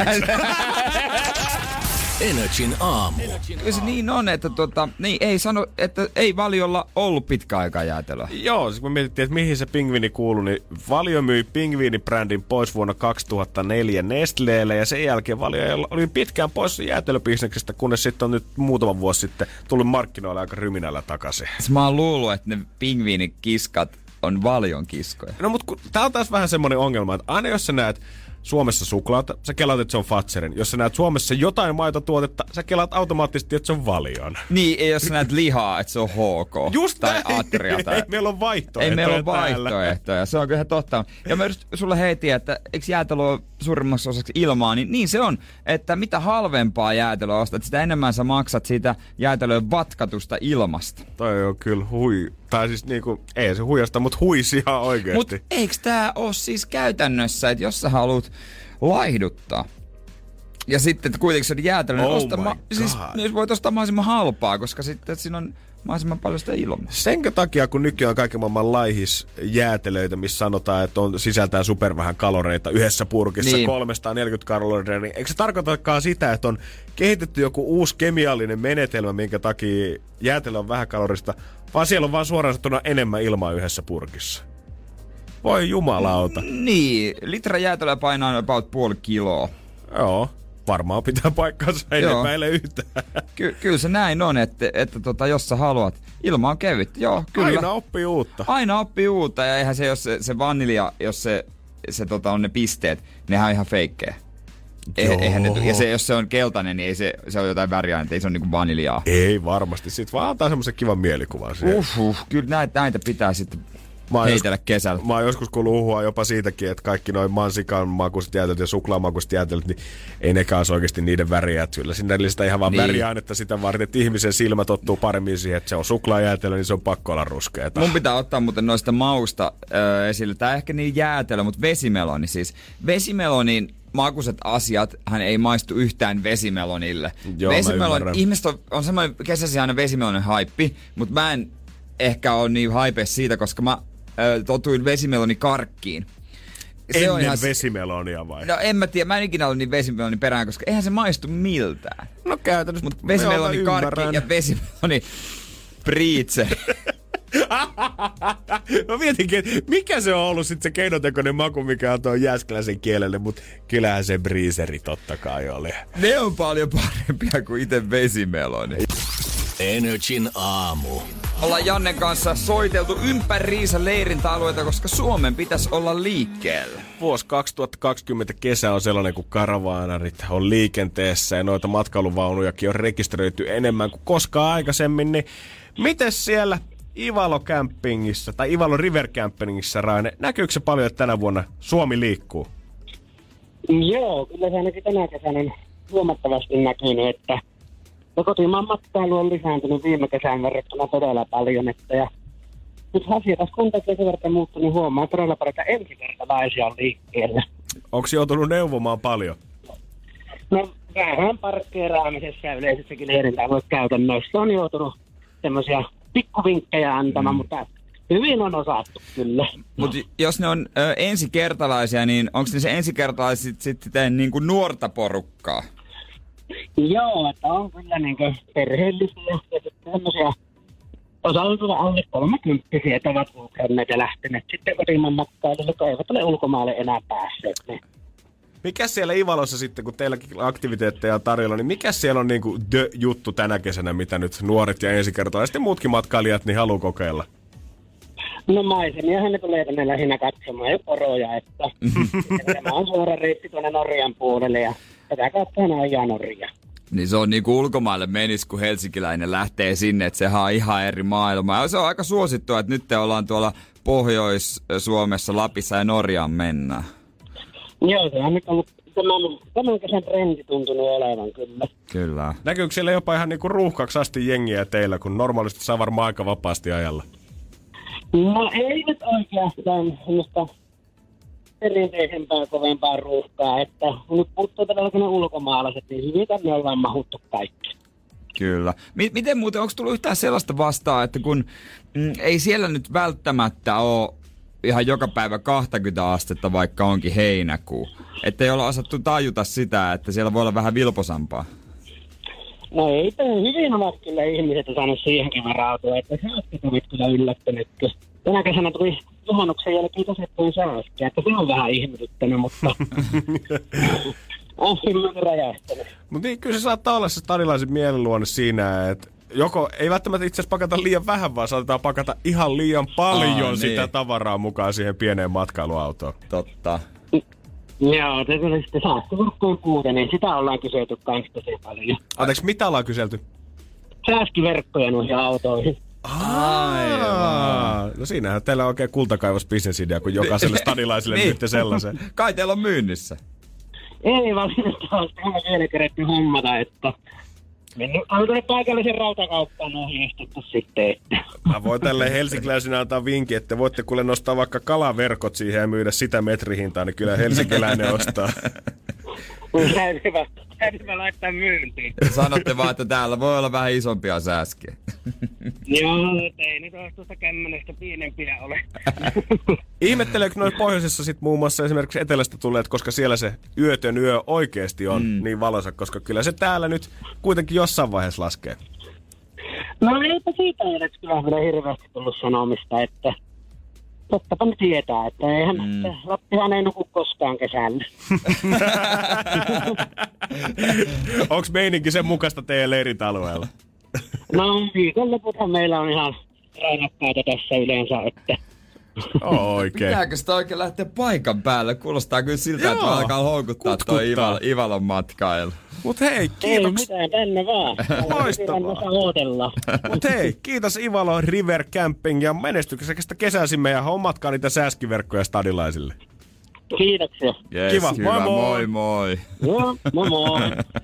Energin aamu. Kyllä se niin on, että niin ei sano, että ei Valiolla ollut pitkä aikaa jäätelöä. Joo, siis kun mietittiin, että mihin se pingviini kuului, niin Valio myi pingviinibrändin pois vuonna 2004 Nestleelle ja sen jälkeen Valio oli pitkään pois jäätelöbisneksestä, kunnes sitten on nyt muutama vuosi sitten tullut markkinoille aika ryminällä takaisin. Mä oon luullut, että ne pingviinikiskat on Valion kiskoja. No mut tää on taas vähän semmonen ongelma, että aina jos sä näet Suomessa suklaata, sä kelaat, että se on Fatserin. Jos sä näet Suomessa jotain maitotuotetta, sä kelaat automaattisesti, että se on Valion. Niin, jos sä näet lihaa, että se on HK. Just tai Atria. Ei meillä ole vaihtoehtoja. Ei meillä ole vaihtoehtoja. Se on kyllä totta. Ja mä just sulle heitin, että eikö jäätelö ole suurimmaksi osaksi ilmaa, niin se on, että mitä halvempaa jäätelöä ostat, sitä enemmän sä maksat siitä jäätelöön vatkatusta ilmasta. Toi on kyllä tai siis niinku, ei se huijasta, mutta huisi ihan oikeesti. Mut eiks tää oo siis käytännössä, että jos sä haluat laihduttaa, ja sitten että kuitenkin se on jäätelö, siis voit ostaa mahdollisimman halpaa, koska sitten siinä on mahdollisimman paljon sitä ilmaa. Senkö takia, kun nykyään on kaiken maailman laihis jäätelöitä, missä sanotaan, että sisältää super vähän kaloreita yhdessä purkissa, 340 kaloria, niin eikö se tarkoitakaan sitä, että on kehitetty joku uusi kemiallinen menetelmä, minkä takia jäätelö on vähän kalorista, vaan siellä on vaan suoraan sanottuna enemmän ilmaa yhdessä purkissa? Voi jumalauta. Niin, litra jäätelöä painaa about 0,5 kiloa. Joo. Varmaan pitää paikkansa, ei epäile yhtään. Kyllä se näin on, että jos sä haluat. Ilma on kevyt, joo, kyllä. Aina oppii uutta. Aina oppii uutta, ja eihän se, jos se vanilja, jos se on ne pisteet, nehän on ihan feikkejä. Eihän ne, ja se, jos se on keltainen, niin ei se on jotain väriä, ei se on niinku vaniljaa. Ei varmasti, sit vaan antaa semmoisen kivan mielikuvan siihen. Kyllä näitä pitää sitten heitellä kesällä. Mä oon joskus kuullut uhua jopa siitäkin, että kaikki noin mansikan makuiset jäätelöt ja suklaamakuiset jäätelöt, niin ei nekään ole oikeasti niiden väriä. Kyllä sinne lisätään ihan vaan väriainetta sitä varten, että ihmisen silmä tottuu paremmin siihen, että se on suklaajäätelö, niin se on pakko olla ruskea. Mun pitää ottaa muuten noista mausta esille. Tää ehkä niin jäätelö, mutta vesimeloni siis. Vesimelonin makuiset asiat, hän ei maistu yhtään vesimelonille. Joo, ihmiset on semmoinen kesäsi aina vesimelonin haippi, mutta mä en ehkä ole niin haipe siitä, koska mä totuin vesimelonikarkkiin. Ennen vesimelonia vai? No en mä tiedä, mä en ikinä ollut niin vesimelonin perään, koska eihän se maistu miltään. No käytännössä. Mutta vesimelonikarkki ja vesimeloni priitse. Mä mietinkin, että mikä se on ollut sit se keinotekoinen maku, mikä on tuon Jääskeläisen kielelle, mutta kyllähän se briiseri totta kai oli. Ne on paljon parempia kuin itse vesimeloni. Energin aamu. Ollaan Jannen kanssa soiteltu ympäri Riisan leirintäalueita, koska Suomen pitäisi olla liikkeellä. Vuosi 2020 kesä on sellainen, kun karavaanarit on liikenteessä ja noita matkailuvaunujakin on rekisteröity enemmän kuin koskaan aikaisemmin. Niin mites siellä Ivalo-campingissa tai Ivalo River Campingissa, Raine, näkyykö se paljon, että tänä vuonna Suomi liikkuu? Joo, kyllä se ainakin tänä kesänä huomattavasti näkynyt, että kotimaan matkailu on lisääntynyt viime kesän verrattuna todella paljon, ja nyt asiakaskuntakin sen verran muuttunut, niin huomaa todella paljon, että ensikertalaisia on liikkeellä. Onko joutunut neuvomaan paljon? No vähän parkkeeraamisessa ja yleisessäkin leirintäaluekäytännössä on joutunut semmoisia pikkuvinkkejä antamaan, mutta hyvin on osattu kyllä. Mutta jos ne on ensikertalaisia, niin onko ne se ensikertalaiset sitten niin kuin nuorta porukkaa? Joo, että on kyllä niin perheellisiä ja sitten semmoisia osallistuva alle 30-vuotiaita, että ovat vuokranneet ja lähteneet sitten kotimaan matkailulle, kun eivät ole ulkomaille enää päässeet. Niin. Mikäs siellä Ivalossa sitten, kun teilläkin aktiviteetteja on tarjolla, niin mikäs siellä on niinku juttu tänä kesänä, mitä nyt nuoret ja ensikertalaiset ja muutkin matkailijat niin haluaa kokeilla? No maisemiahan ne tulee tänne lähinnä katsomaan ja poroja, että tämä on suora reitti tuonne Norjan puolelle ja tätä kautta hän ajaa Norjaa. Niin se on niinku ulkomaille menis, kun helsinkiläinen lähtee sinne, että sehän on ihan eri maailma. Ja se on aika suosittua, että nyt te ollaan tuolla Pohjois-Suomessa, Lapissa ja Norjaan mennään. Joo, se on nyt ollut tämän kesän trendi tuntunut olevan kyllä. Kyllä. Näkyykö siellä jopa ihan niinku ruuhkaksi asti jengiä teillä, kun normaalisti saa varmaan aika vapaasti ajalla? No ei nyt oikeastaan semmoista perinteisempää, kovempaa ruuhkaa, että nyt puuttuu todellakin ne ulkomaalaiset, niin hyvin tänne ollaan mahuttu kaikki. Kyllä. Miten muuten, onko tullut yhtään sellaista vastaan, että kun ei siellä nyt välttämättä ole ihan joka päivä 20 astetta, vaikka onkin heinäkuu, että ei olla osattu tajuta sitä, että siellä voi olla vähän vilposampaa? No ei, hyvin ovat kyllä ihmiset saanut siihenkin varautua, että säästöt ovat kyllä yllättänyt. Tänä kesänä tuli juhannuksen jälkeen tasettuin säästöjä, että se on vähän ihmetyttänyt, mutta on silloin räjähtänyt. Mutta niin, kyllä se saattaa olla se stadilaisen mielenluonne siinä, että joko ei välttämättä itse asiassa pakata liian vähän, vaan saatetaan pakata ihan liian paljon sitä tavaraa mukaan siihen pieneen matkailuautoon. Totta. Joo, se tuli sitten säästöverkkojen puute, niin sitä ollaan kyselty kanssa tosi paljon. Anteeksi, mitä ollaan kyselty? Sääskiverkkoja noihin autoihin. Aivan. No siinähän teillä on oikein kultakaivos bisnesidea, kun jokaiselle stadilaiselle myytte sellaisen. Kai teillä on myynnissä. Ei valitettavasti ihan vielä keretty hommata, että on tuonne paikallisen rautakauppaan ohjeistettu sitten, että... Mä voin tälleen helsinkiläisenä antaa vinkin, että voitte kuule nostaa vaikka kalaverkot siihen ja myydä sitä metrihintaan, niin kyllä helsinkiläinen ostaa. Täytyy laittaa myyntiin. Sanotte vaan, että täällä voi olla vähän isompia sääskiä. Joo, ei nyt olisi tuosta 10 pienempiä ole. Ihmetteleekö noin pohjoisessa sit muun muassa esimerkiksi etelästä tulleet, koska siellä se yötön yö oikeesti on niin valoisa, koska kyllä se täällä nyt kuitenkin jossain vaiheessa laskee. No eipä siitä edes kyllä vielä hirveästi tullut sanomista, että tottapa me tietää, että eihän Lappihan ei nuku koskaan kesällä. Onks meininki sen mukaista teidän leirintalueella? No viikonloputhan meillä on ihan rainnakkaita tässä yleensä, että... Oikein. Pitääkö sitä oikein lähteä paikan päälle? Kuulostaa kyllä siltä, että alkaa houkuttaa toi Ivalon matkailu. Mut hei, kiitos. Ei mitään, tänne vaan. Loistavaa. Mut hei, kiitos Ivalo River Camping ja menestyksestä kesääsimme ja hommatkaa niitä sääskiverkkoja stadilaisille. Kiitoksia. Yes, kiva, hyvä, moi moi. Joo, moi.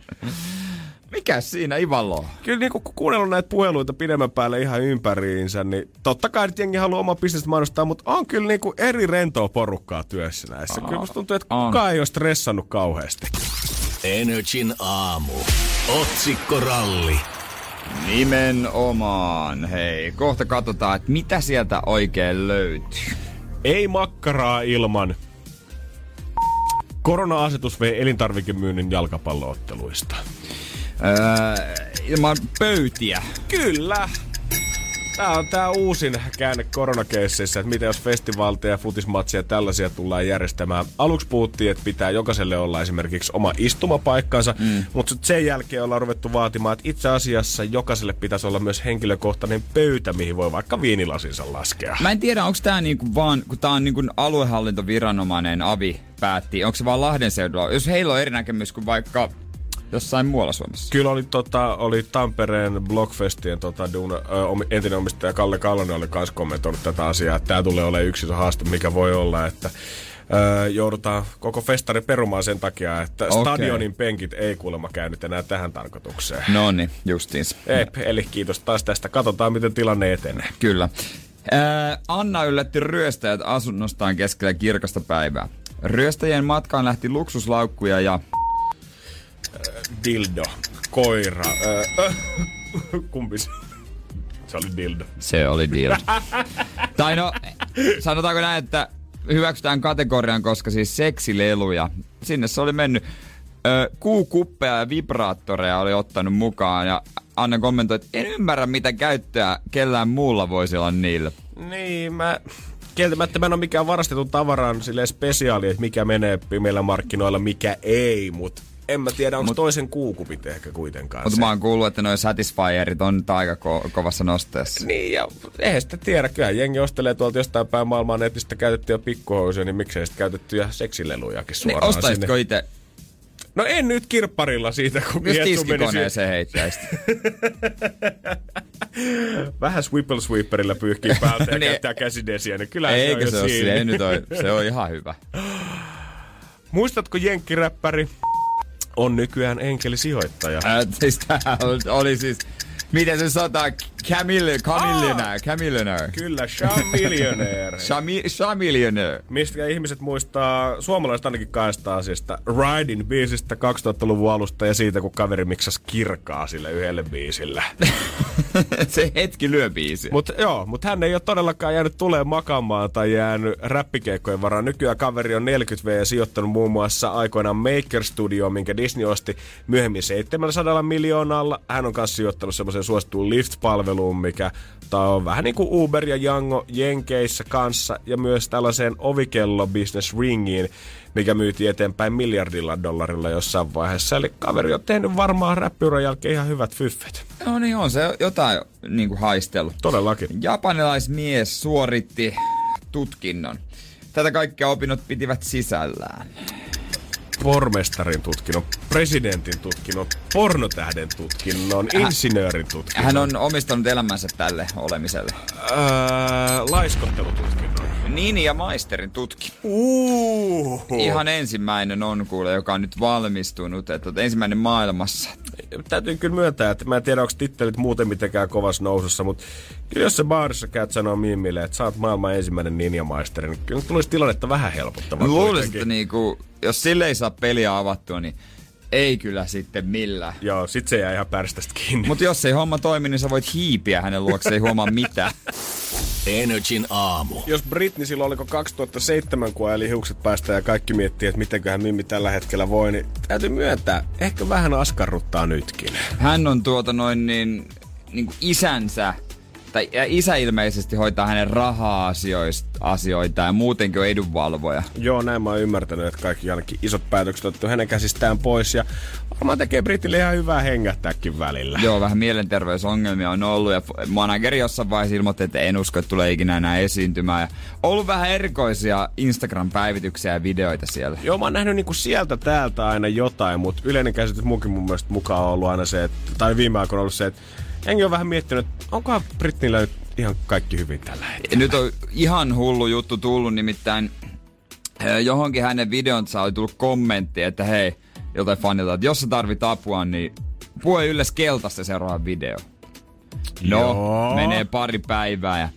Mikäs siinä Ivalo? Kyllä niin kun kuunnellut näitä puheluita pidemmän päälle ihan ympäriinsä, niin totta kai nyt jengi haluaa omaa bisnestä mainostaa, mutta on kyllä niin kuin eri rentoa porukkaa työssä näissä. Kyllä musta tuntuu, että kukaan ei ole stressannut kauheasti. NRJ:n aamu. Otsikkoralli. Nimenomaan. Hei, kohta katsotaan, että mitä sieltä oikein löytyy. Ei makkaraa ilman. Korona-asetus vei elintarvikemyynnin jalkapallootteluista. Ilman pöytiä. Kyllä. Tää on tää uusin käänne koronakeisseissä, että miten jos festivaaleja ja futismatseja ja tällaisia tullaan järjestämään. Aluksi puhuttiin, että pitää jokaiselle olla esimerkiksi oma istumapaikkansa, mutta sen jälkeen ollaan ruvettu vaatimaan, että itse asiassa jokaiselle pitäisi olla myös henkilökohtainen pöytä, mihin voi vaikka viinilasinsa laskea. Mä en tiedä, onko tää niinku vaan, kun tää on niinku aluehallintoviranomainen AVI päätti, onko se vaan Lahden seudulla, jos heillä on eri näkemys kuin vaikka jossain muualla Suomessa. Kyllä oli Tampereen Blockfestien entinen omistaja Kalle Kallonen oli myös kommentoinut tätä asiaa, että tää tulee olemaan yksi haaste, mikä voi olla, että joudutaan koko festari perumaan sen takia, että stadionin penkit ei kuulemma käynyt enää tähän tarkoitukseen. Noniin, justiinsa. Eli kiitos taas tästä. Katsotaan, miten tilanne etenee. Kyllä. Anna yllätti ryöstäjät asunnostaan keskellä kirkasta päivää. Ryöstäjien matkaan lähti luksuslaukkuja ja... dildo. Koira. Kumpi se? Se oli dildo. Se oli dildo. Tai no, sanotaanko näin, että hyväksytään kategorian, koska siis seksileluja. Sinne se oli mennyt. Kuukuppeja ja vibraattoreja oli ottanut mukaan ja Anne kommentoi, että en ymmärrä mitä käyttöä kellään muulla voisi olla niillä. Niin, kieltämättä mä en ole mikään varastetun tavaraan silleen spesiaali, että mikä menee pimeillä markkinoilla, mikä ei, mutta en mä tiedä, onko toisen kuukupit ehkä kuitenkaan. Mutta mä oon kuullut, että noi Satisfyerit on aika kovassa nosteessa. Niin, ja eihän sitä tiedä. Kyllähän jengi ostelee tuolta jostain päin maailmaa netistä käytettyjä pikkuhousuja, niin miksei sitten käytettyjä seksilelujakin suoraan niin, ostaisitko itse? No en nyt kirpparilla siitä, kun myös tiskikoneeseen heittäisit. Vähän Swipple Sweeperillä pyyhkii päältä ja käyttää käsidesiä, niin kyllä eikö se ole siinä. Se on ihan hyvä. Muistatko jenkkiräppäri on nykyään enkelisijoittaja? Siis tää oli siis... Miten se sanotaan? Chamillionaire. Kyllä, chamillionaire. Chamillionaire. Mistä ihmiset muistaa, suomalaiset ainakin kahdesta asiasta. Riding biisistä 2000-luvun alusta ja siitä, kun kaveri miksasi kirkaa sille yhdelle biisillä. Se hetki lyö biisi. Mutta hän ei ole todellakaan jäänyt tuleen makaamaan tai jäänyt räppikeikkojen varaan. Nykyään kaveri on 40V ja sijoittanut muun muassa aikoinaan Maker Studio, minkä Disney osti myöhemmin 700 miljoonalla. Hän on kanssa sijoittanut semmoisen suosituun Lyft-palveluun, mikä on vähän niin kuin Uber ja Yango Jenkeissä kanssa, ja myös tällaiseen ovikello business ringiin, mikä myytiin eteenpäin $1 miljardilla jossain vaiheessa. Eli kaveri on tehnyt varmaan räppiuran jälkeen ihan hyvät fyffet. No niin, on se jotain niin kuin haistellut. Todellakin. Japanilaismies suoritti tutkinnon. Tätä kaikkea opinnot pitivät sisällään. Pormestarin tutkinnon, presidentin tutkinnon, pornotähden tutkinnon, insinöörin tutkinnon. Hän on omistanut elämänsä tälle olemiselle. Laiskottelututkinnon. Ninja Maisterin tutkinnon. Ihan ensimmäinen on kuule, joka on nyt valmistunut, että ensimmäinen maailmassa. Täytyy kyllä myöntää, että mä en tiedä, onko tittelit muuten mitenkään kovassa nousussa, mutta kyllä jos sä baarissa käyt sanoo Mimmille, että sä oot maailman ensimmäinen Ninja Maisteri, niin kyllä tulisi tilannetta vähän helpottavaa. Luulisin, että niinku, jos sille ei saa peliä avattua, niin ei kyllä sitten millään. Joo, sit se jää ihan pärstästä kiinni. Mut jos ei homma toimi, niin sä voit hiipiä hänen luokseen, ei huomaa mitään. Energin aamu. Jos Britney silloin oliko 2007, kun ajeli hiukset päästä ja kaikki miettii, että mitenköhän Mimmi tällä hetkellä voi, niin täytyy myöntää, ehkä vähän askarruttaa nytkin. Hän on niin kuin isänsä, tai isä ilmeisesti hoitaa hänen raha-asioita ja muutenkin on edunvalvoja. Joo, näin mä oon ymmärtänyt, että kaikki ainakin isot päätökset otettu hänen käsistään pois ja varmaan tekee Britille ihan hyvää hengähtääkin välillä. Joo, vähän mielenterveysongelmia on ollut ja manageri jossain vaiheessa ilmoitti, että en usko, että tulee ikinä enää esiintymään. Ja ollut vähän erikoisia Instagram-päivityksiä ja videoita siellä. Joo, mä oon nähnyt niinku sieltä täältä aina jotain, mutta yleinen käsitys munkin mun mielestä mukaan on ollut aina se, että, tai viime aikoina ollut se, että henki on vähän miettinyt, että onkohan Britneyllä nyt ihan kaikki hyvin tällä hetkellä. Nyt on ihan hullu juttu tullut, nimittäin johonkin hänen videonsa oli tullut kommentti, että hei, jotain fanilta, että jos sä tarvit apua, niin puhe yleensä keltaista seuraava video. No, joo. Menee pari päivää ja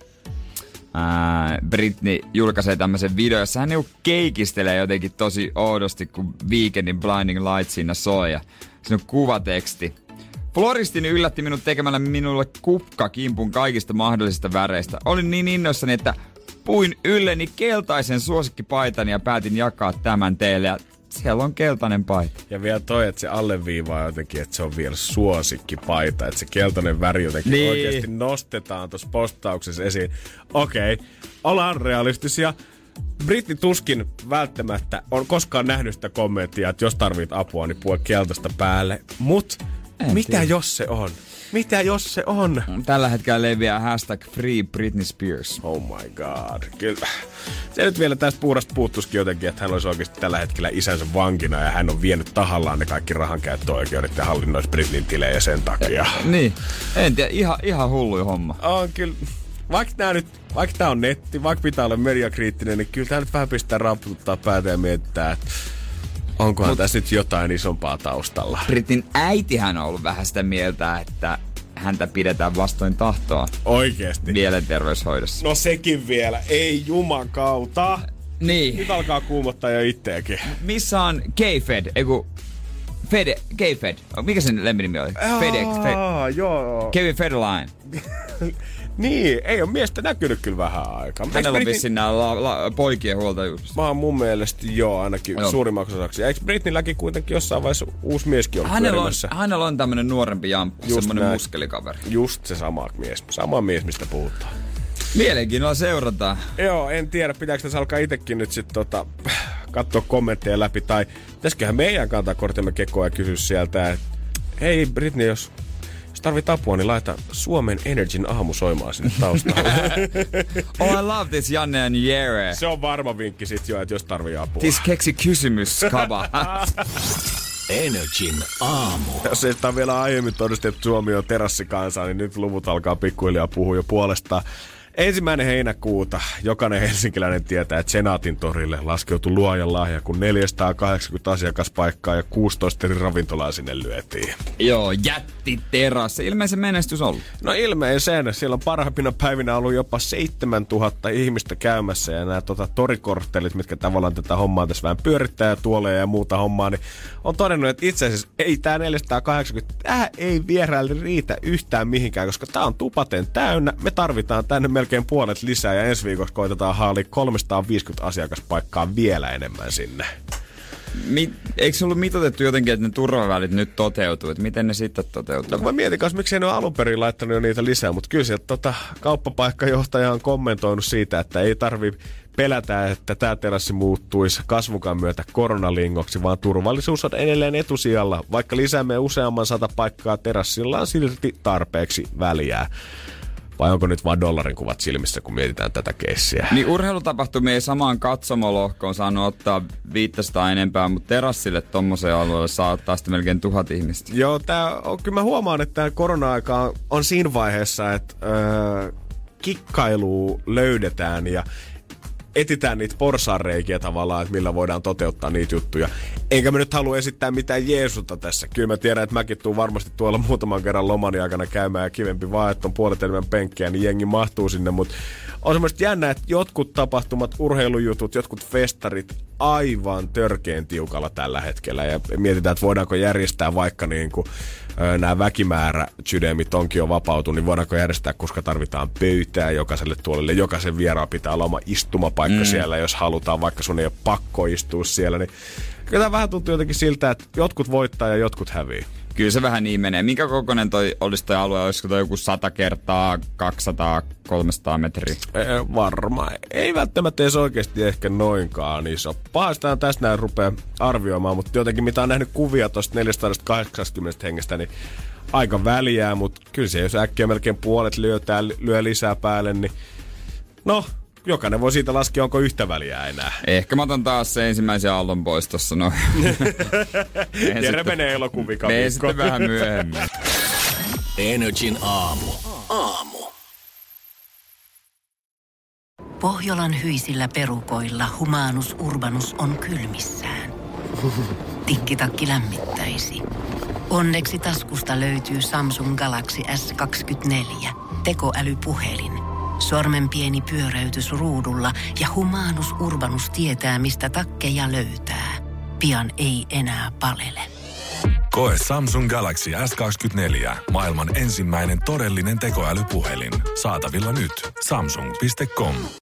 Britney julkaisee tämmöisen videon, jossa hän keikistelee jotenkin tosi oudosti, kun Weekendin Blinding Lights siinä soi ja siinä on kuvateksti. Floristini yllätti minut tekemällä minulle kukkakimpun kaikista mahdollisista väreistä. Olin niin innoissani, että puin ylleni keltaisen suosikkipaitani ja päätin jakaa tämän teille. Ja siellä on keltainen paita. Ja vielä toi, että se alleviivaa jotenkin, että se on vielä suosikkipaita. Että se keltainen väri jotenkin oikeasti nostetaan tuossa postauksessa esiin. Okei, ollaan realistisia. Britney tuskin välttämättä on koskaan nähnyt sitä kommenttia, että jos tarvit apua, niin puhe keltaista päälle. Mut mitä jos se on? Mitä jos se on? Tällä hetkellä leviää hashtag Free Britney Spears. Oh my god. Kyllä. Se nyt vielä tästä puurasta puuttuisikin jotenkin, että hän olisi oikeasti tällä hetkellä isänsä vankina ja hän on vienyt tahallaan ne kaikki rahankäyttöoikeudet ja hallinnoisi Britneyn tilejä sen takia. Niin. En tiedä. Ihan hullu homma. On kyllä. Vaikka tää on netti, vaikka pitää olla mediakriittinen, niin kyllä tää nyt vähän pistää raputtaa päätä ja miettää, että onkohan tässä nyt jotain isompaa taustalla. Britneyn äitihän on ollut vähän sitä mieltä, että häntä pidetään vastoin tahtoa. Oikeesti? Mielenterveyshoidossa. No sekin vielä. Ei jumakauta. Niin. Nyt alkaa kuumottaa jo itteekin. Missä on K-Fed? K-Fed. Mikä sen lempinimi oli? FedEx. Joo. Kevin Federline. Niin, ei ole miestä näkynyt kyllä vähän aikaa. Hänellä on vissiin nämä poikien huoltajuudesta. Mä oon mun mielestä ainakin suurimmaksi osaksi. Eikö Britneylläkin kuitenkin jossain vaiheessa uusi mieskin ollut pyörimässä? Hänellä on tämmönen nuorempi jamppu, semmonen muskelikaveri. Just se sama mies, mistä puhutaan. Mielenkiinnolla seurataan. Joo, en tiedä, pitääkö tässä alkaa itekin nyt sit katsoa kommentteja läpi, tai pitäisiköhän meidän kantaa kortemme kekoa ja kysyä sieltä, että hei Britney, jos tarvit apua, niin laita Suomen Energin aamu soimaan sinne taustalle. Oh, I love this Janne and Jere. Se on varma vinkki sit jo, että jos tarvii apua. Tis keksi kysymys, skaba. Energin aamu. Jos ei sitä vielä aiemmin todistettu, että Suomi on terassikansa, niin nyt luvut alkaa pikkuhiljaa puhua jo puolestaan. 1. heinäkuuta jokainen helsinkiläinen tietää, että Senaatin torille laskeutui luojan lahja, kun 480 asiakaspaikkaa ja 16 eri ravintolaa sinne lyötiin. Joo, jättiterassi. Ilmeisen menestys ollut. No ilmeisen. Siellä on parhaimpina päivinä ollut jopa 7000 ihmistä käymässä ja nämä torikorttelit, mitkä tavallaan tätä hommaa tässä vähän pyörittää ja tuoleja ja muuta hommaa, niin on todennut, että itse asiassa ei tää 480, ei vieraille riitä yhtään mihinkään, koska tää on tupaten täynnä. Me tarvitaan tänne melkein puolet lisää ja ensi viikossa koitetaan haalia 350 asiakaspaikkaa vielä enemmän sinne. Eikö se ollut mitoitettu jotenkin, että ne turvavälit nyt toteutuu? Että miten ne sitten toteutuu? No mä mietin kanssa, miksei ne ole alun perin laittanut jo niitä lisää, mutta kyllä sieltä kauppapaikkajohtaja on kommentoinut siitä, että ei tarvi pelätä, että tämä terassi muuttuisi kasvukan myötä koronalingoksi, vaan turvallisuus on edelleen etusijalla. Vaikka lisäämme useamman 100 paikkaa, terassilla on silti tarpeeksi väliä. Vai onko nyt vaan dollarin kuvat silmissä, kun mietitään tätä keissiä? Niin urheilutapahtumia ei samaan katsomolohkoon saanut ottaa 500 enempää, mutta terassille tommoseen alueelle saa ottaa sitten melkein 1000 ihmistä. Joo, kyllä mä huomaan, että tämä korona-aika on siinä vaiheessa, että kikkailua löydetään ja etsitään niitä porsaanreikiä tavallaan, että millä voidaan toteuttaa niitä juttuja. Enkä mä nyt halua esittää mitään Jeesusta tässä. Kyllä mä tiedän, että mäkin tuun varmasti tuolla muutaman kerran lomani aikana käymään ja kivempi vaan, että on puolet enemmän penkkiä, niin jengi mahtuu sinne, mutta on semmoista jännää, että jotkut tapahtumat, urheilujutut, jotkut festarit aivan törkeen tiukalla tällä hetkellä ja mietitään, että voidaanko järjestää vaikka niin kuin nämä väkimäärä-sydämit onkin jo vapautunut, niin voidaanko järjestää, koska tarvitaan pöytää jokaiselle tuolille. Jokaisen vieraan pitää olla oma istumapaikka siellä, jos halutaan, vaikka sun ei ole pakko istua siellä. Niin kyllä tämä vähän tuntuu jotenkin siltä, että jotkut voittaa ja jotkut hävii. Kyllä se vähän niin menee. Minkä kokoinen olisi toi alue? Olisiko toi joku 100 kertaa 200-300 metriä? Varmaan. Ei välttämättä edes oikeasti ehkä noinkaan iso. Pahastaan tässä näin rupeaa arvioimaan, mutta jotenkin mitä on nähnyt kuvia tuosta 480 hengestä, niin aika väliää, mutta kyllä se jos äkkiä melkein puolet lyö lisää päälle, niin no, jokainen voi siitä laskea, onko yhtä väliä enää. Ehkä mä otan taas se ensimmäisen aallon pois tossa noin. Jere menee elokuvika. Mene sitten vähän myöhemmin. Energin aamu. Pohjolan hyisillä perukoilla Humanus Urbanus on kylmissään. Tikkitakki lämmittäisi. Onneksi taskusta löytyy Samsung Galaxy S24. Tekoälypuhelin. Sormen pieni pyöräytys ruudulla ja Humanus Urbanus tietää, mistä takkeja löytää. Pian ei enää palele. Koe Samsung Galaxy S24. Maailman ensimmäinen todellinen tekoälypuhelin. Saatavilla nyt. Samsung.com.